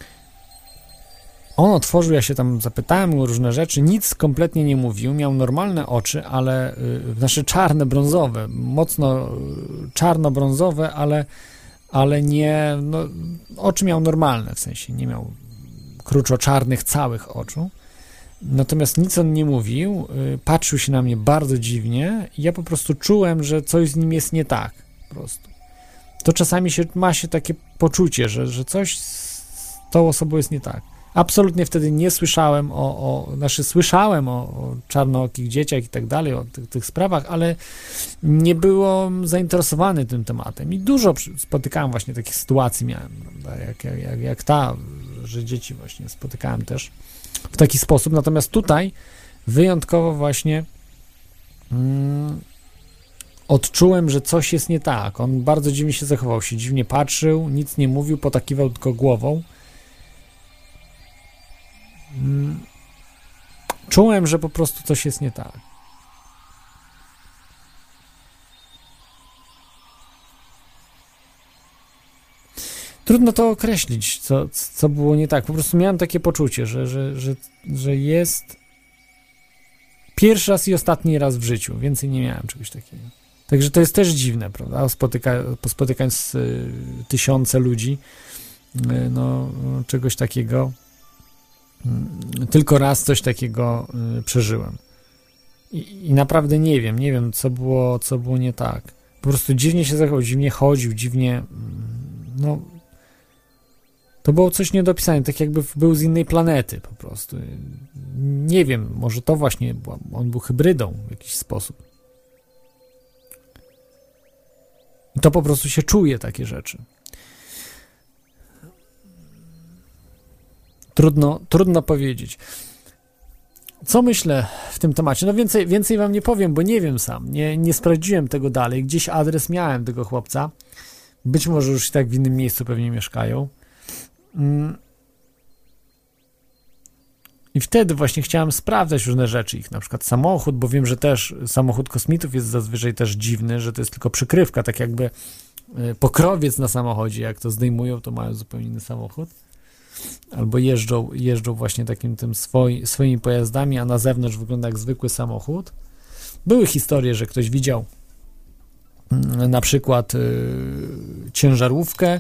On otworzył, ja się tam zapytałem o różne rzeczy, nic kompletnie nie mówił, miał normalne oczy, ale, yy, znaczy czarne, brązowe, mocno czarno-brązowe, ale, ale nie, no, oczy miał normalne, w sensie nie miał kruczo-czarnych całych oczu, natomiast nic on nie mówił, yy, patrzył się na mnie bardzo dziwnie i ja po prostu czułem, że coś z nim jest nie tak, po prostu. To czasami się, ma się takie poczucie, że, że coś z tą osobą jest nie tak. Absolutnie wtedy nie słyszałem o, o znaczy słyszałem o, o czarnookich dzieciach i tak dalej, o tych, tych sprawach, ale nie byłem zainteresowany tym tematem i dużo spotykałem właśnie takich sytuacji miałem, jak, jak, jak ta, że dzieci właśnie spotykałem też w taki sposób, natomiast tutaj wyjątkowo właśnie mm, odczułem, że coś jest nie tak. On bardzo dziwnie się zachował, się dziwnie patrzył, nic nie mówił, potakiwał tylko głową. mm, czułem, że po prostu coś jest nie tak. Trudno to określić, co, co było nie tak. Po prostu miałem takie poczucie, że, że, że, że jest pierwszy raz i ostatni raz w życiu. Więcej nie miałem czegoś takiego. Także to jest też dziwne, prawda? Spotyka, spotykając y, tysiące ludzi, y, no, czegoś takiego. Y, tylko raz coś takiego y, przeżyłem. I, I naprawdę nie wiem, nie wiem, co było, co było nie tak. Po prostu dziwnie się zachował, dziwnie chodził, dziwnie, y, no... To było coś nie do opisania, tak jakby był z innej planety po prostu. Nie wiem, może to właśnie, on był hybrydą w jakiś sposób. I to po prostu się czuje, takie rzeczy. Trudno, trudno powiedzieć. Co myślę w tym temacie? No więcej, więcej wam nie powiem, bo nie wiem sam. Nie, nie sprawdziłem tego dalej. Gdzieś adres miałem tego chłopca. Być może już i tak w innym miejscu pewnie mieszkają. I wtedy właśnie chciałem sprawdzać różne rzeczy, ich na przykład samochód, bo wiem, że też samochód kosmitów jest zazwyczaj też dziwny, że to jest tylko przykrywka, tak jakby pokrowiec na samochodzie, jak to zdejmują, to mają zupełnie inny samochód. Albo jeżdżą, jeżdżą właśnie takim tym swoi, swoimi pojazdami, a na zewnątrz wygląda jak zwykły samochód. Były historie, że ktoś widział na przykład yy, ciężarówkę,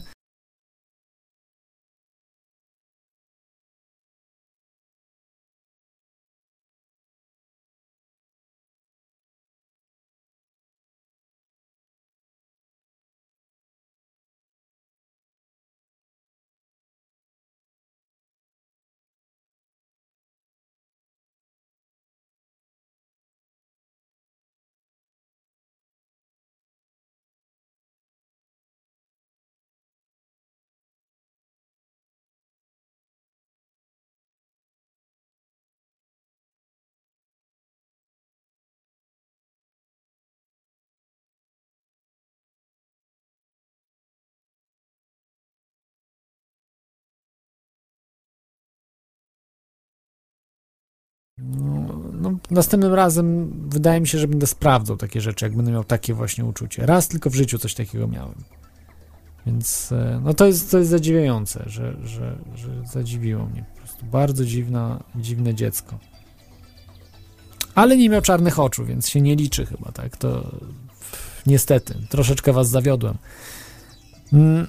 no, następnym razem wydaje mi się, że będę sprawdzał takie rzeczy, jak będę miał takie właśnie uczucie. Raz tylko w życiu coś takiego miałem. Więc no to jest, to jest zadziwiające, że, że, że zadziwiło mnie po prostu. Bardzo dziwna, dziwne dziecko. Ale nie miał czarnych oczu, więc się nie liczy chyba, tak? To niestety, troszeczkę was zawiodłem. Mm.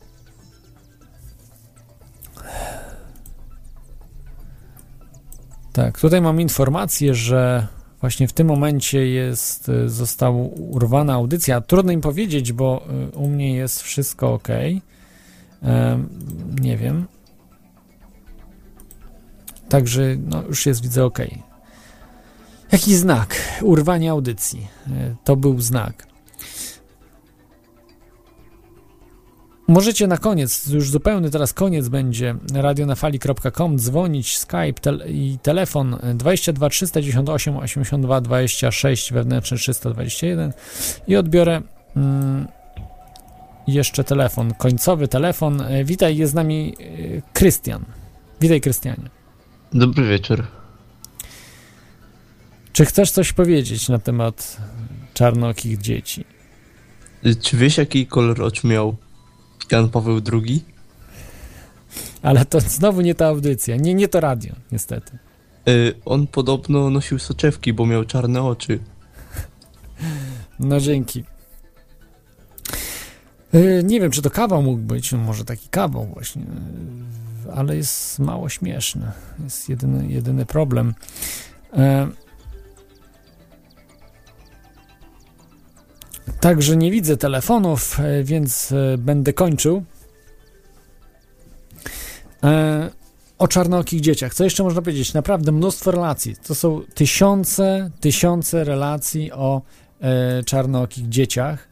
Tak, tutaj mam informację, że właśnie w tym momencie jest, została urwana audycja. Trudno im powiedzieć, bo u mnie jest wszystko ok. Um, nie wiem. Także no, już jest, widzę, ok. Jaki znak? Urwanie audycji. To był znak. Możecie na koniec, już zupełny teraz koniec będzie, radionafali kropka com, dzwonić, Skype tel- i telefon dwadzieścia dwa trzysta dziewięćdziesiąt osiem osiemdziesiąt dwa dwadzieścia sześć, wewnętrzny trzysta dwadzieścia jeden i odbiorę mm, jeszcze telefon, końcowy telefon. Witaj, jest z nami Krystian. Witaj, Krystianie. Dobry wieczór. Czy chcesz coś powiedzieć na temat czarnookich dzieci? Czy wiesz, jaki kolor oczu miał Jan Paweł drugi? Ale to znowu nie ta audycja, nie, nie to radio, niestety. Yy, on podobno nosił soczewki, bo miał czarne oczy. No dzięki. Yy, nie wiem, czy to kawał mógł być, no może taki kawał właśnie, yy, ale jest mało śmieszny. Jest jedyny, jedyny problem. Yy, Także nie widzę telefonów, więc będę kończył. O czarnookich dzieciach. Co jeszcze można powiedzieć? Naprawdę mnóstwo relacji. To są tysiące, tysiące relacji o czarnookich dzieciach.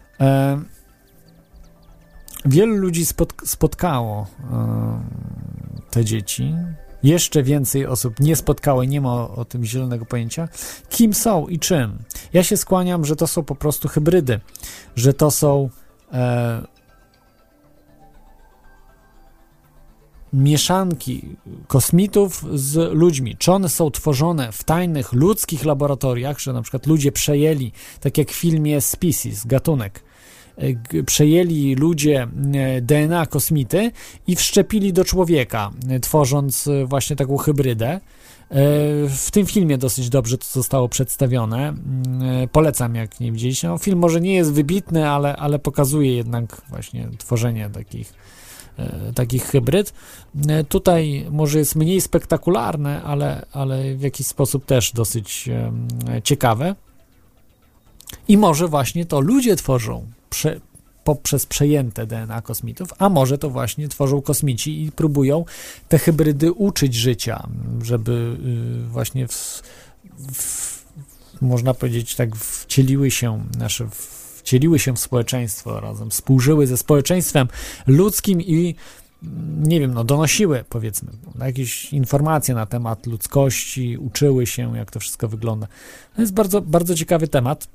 Wielu ludzi spotkało te dzieci. Jeszcze więcej osób nie spotkało i nie ma o, o tym zielonego pojęcia, kim są i czym. Ja się skłaniam, że to są po prostu hybrydy, że to są e, mieszanki kosmitów z ludźmi. Czy one są tworzone w tajnych ludzkich laboratoriach, że na przykład ludzie przejęli, tak jak w filmie Species, gatunek, przejęli ludzie D N A kosmity i wszczepili do człowieka, tworząc właśnie taką hybrydę. W tym filmie dosyć dobrze to zostało przedstawione. Polecam, jak nie widzieliście. No, film może nie jest wybitny, ale, ale pokazuje jednak właśnie tworzenie takich, takich hybryd. Tutaj może jest mniej spektakularne, ale, ale w jakiś sposób też dosyć ciekawe. I może właśnie to ludzie tworzą prze, poprzez przejęte D N A kosmitów, a może to właśnie tworzą kosmici i próbują te hybrydy uczyć życia, żeby właśnie w, w, można powiedzieć tak wcieliły się nasze wcieliły się w społeczeństwo razem, współżyły ze społeczeństwem ludzkim i nie wiem, no donosiły, powiedzmy, jakieś informacje na temat ludzkości, uczyły się, jak to wszystko wygląda. To jest bardzo, bardzo ciekawy temat.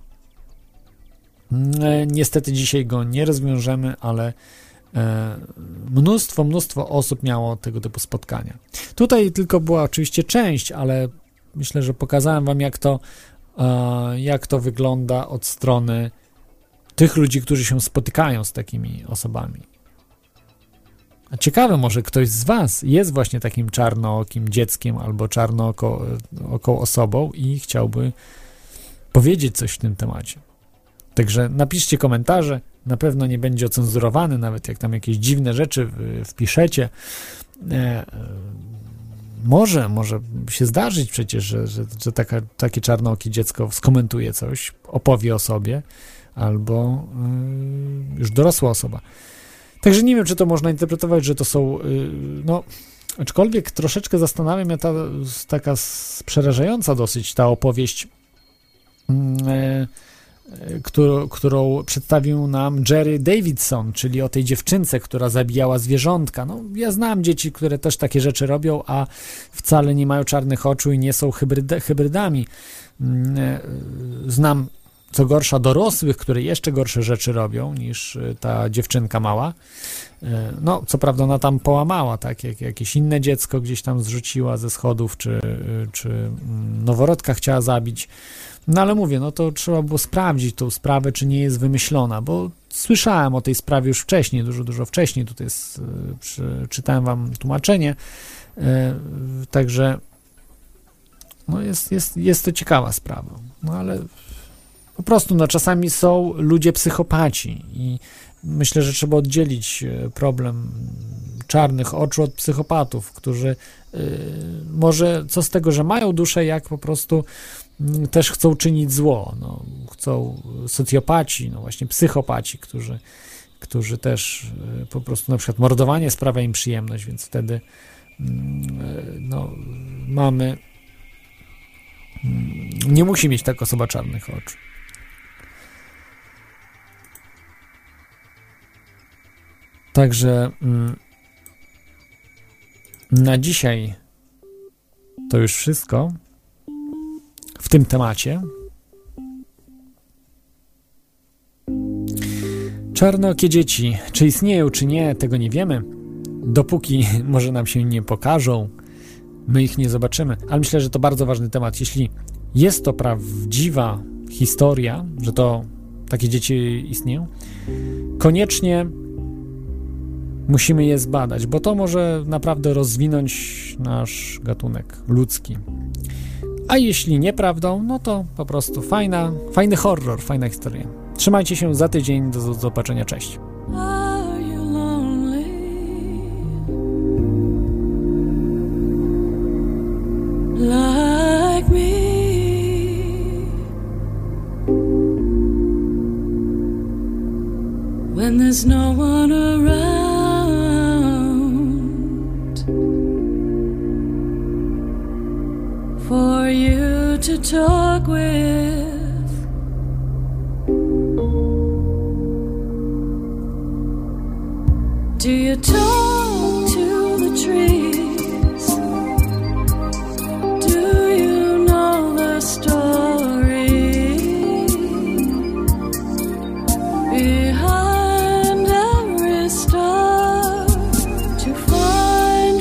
Niestety dzisiaj go nie rozwiążemy, ale mnóstwo, mnóstwo osób miało tego typu spotkania. Tutaj tylko była oczywiście część, ale myślę, że pokazałem wam, jak to, jak to wygląda od strony tych ludzi, którzy się spotykają z takimi osobami. A ciekawe, może ktoś z was jest właśnie takim czarnookim dzieckiem albo czarnooką osobą i chciałby powiedzieć coś w tym temacie. Także napiszcie komentarze, na pewno nie będzie ocenzurowany, nawet jak tam jakieś dziwne rzeczy wpiszecie. E, może, może się zdarzyć przecież, że, że, że taka, takie czarnookie dziecko skomentuje coś, opowie o sobie, albo y, już dorosła osoba. Także nie wiem, czy to można interpretować, że to są, y, no, aczkolwiek troszeczkę zastanawia mnie ta taka przerażająca dosyć ta opowieść, y, Którą, którą przedstawił nam Jerry Davidson, czyli o tej dziewczynce, która zabijała zwierzątka. No, ja znam dzieci, które też takie rzeczy robią, a wcale nie mają czarnych oczu i nie są hybryde, hybrydami. Znam, co gorsza, dorosłych, które jeszcze gorsze rzeczy robią niż ta dziewczynka mała. No, co prawda ona tam połamała, tak, jak jakieś inne dziecko gdzieś tam zrzuciła ze schodów, czy, czy noworodka chciała zabić. No ale mówię, no to trzeba było sprawdzić tą sprawę, czy nie jest wymyślona, bo słyszałem o tej sprawie już wcześniej, dużo, dużo wcześniej, tutaj jest, przy, czytałem wam tłumaczenie, yy, także no jest, jest, jest to ciekawa sprawa, no ale po prostu no czasami są ludzie psychopaci i myślę, że trzeba oddzielić problem czarnych oczu od psychopatów, którzy yy, może co z tego, że mają duszę, jak po prostu też chcą czynić zło, no, chcą socjopaci, no właśnie psychopaci, którzy, którzy też po prostu na przykład mordowanie sprawia im przyjemność, więc wtedy no, mamy nie musi mieć tak osoba czarnych oczu. Także na dzisiaj to już wszystko w tym temacie. Czarnookie dzieci, czy istnieją, czy nie, tego nie wiemy. Dopóki może nam się nie pokażą, my ich nie zobaczymy. Ale myślę, że to bardzo ważny temat. Jeśli jest to prawdziwa historia, że to takie dzieci istnieją, koniecznie musimy je zbadać, bo to może naprawdę rozwinąć nasz gatunek ludzki. A jeśli nieprawdą, no to po prostu fajna, fajny horror, fajna historia. Trzymajcie się, za tydzień, do, do zobaczenia, cześć. Are you lonely? Like me? When there's no one around for you to talk with. Do you talk to the trees? Do you know the story behind every star? To find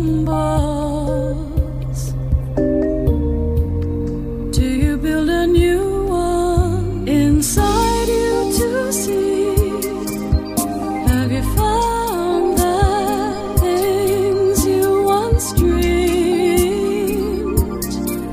cannonballs? Do you build a new one inside you to see? Have you found the things you once dreamed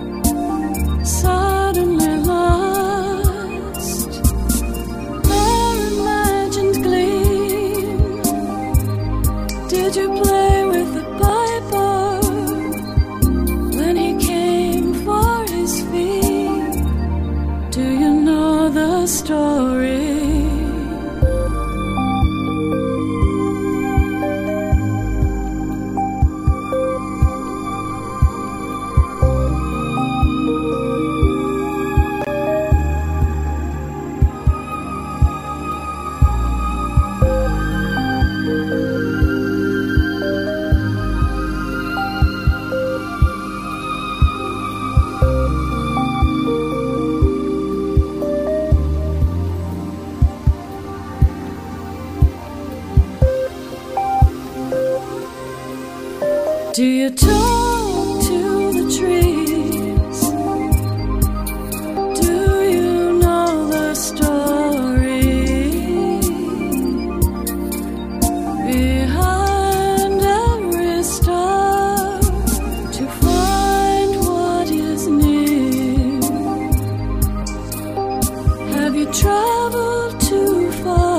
suddenly lost? Their imagined gleam. Did you play with the piper when he came for his fee? Do you know the story? Do you talk to the trees? Do you know the story behind every star to find what is near? Have you traveled too far?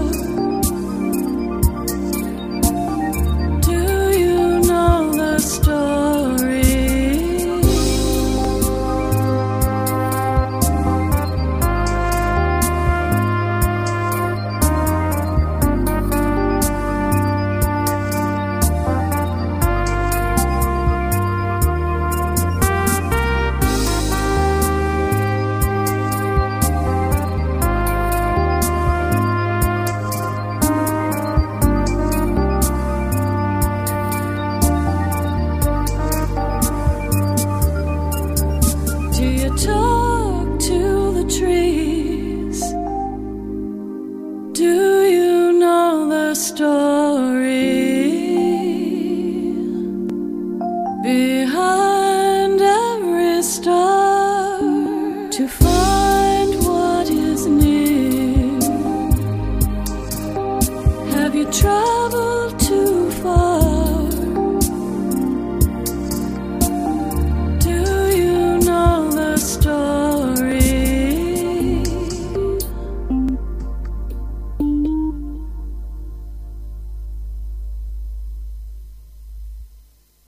Do you talk to the trees? Do you know the story behind every star to find what is near? Have you traveled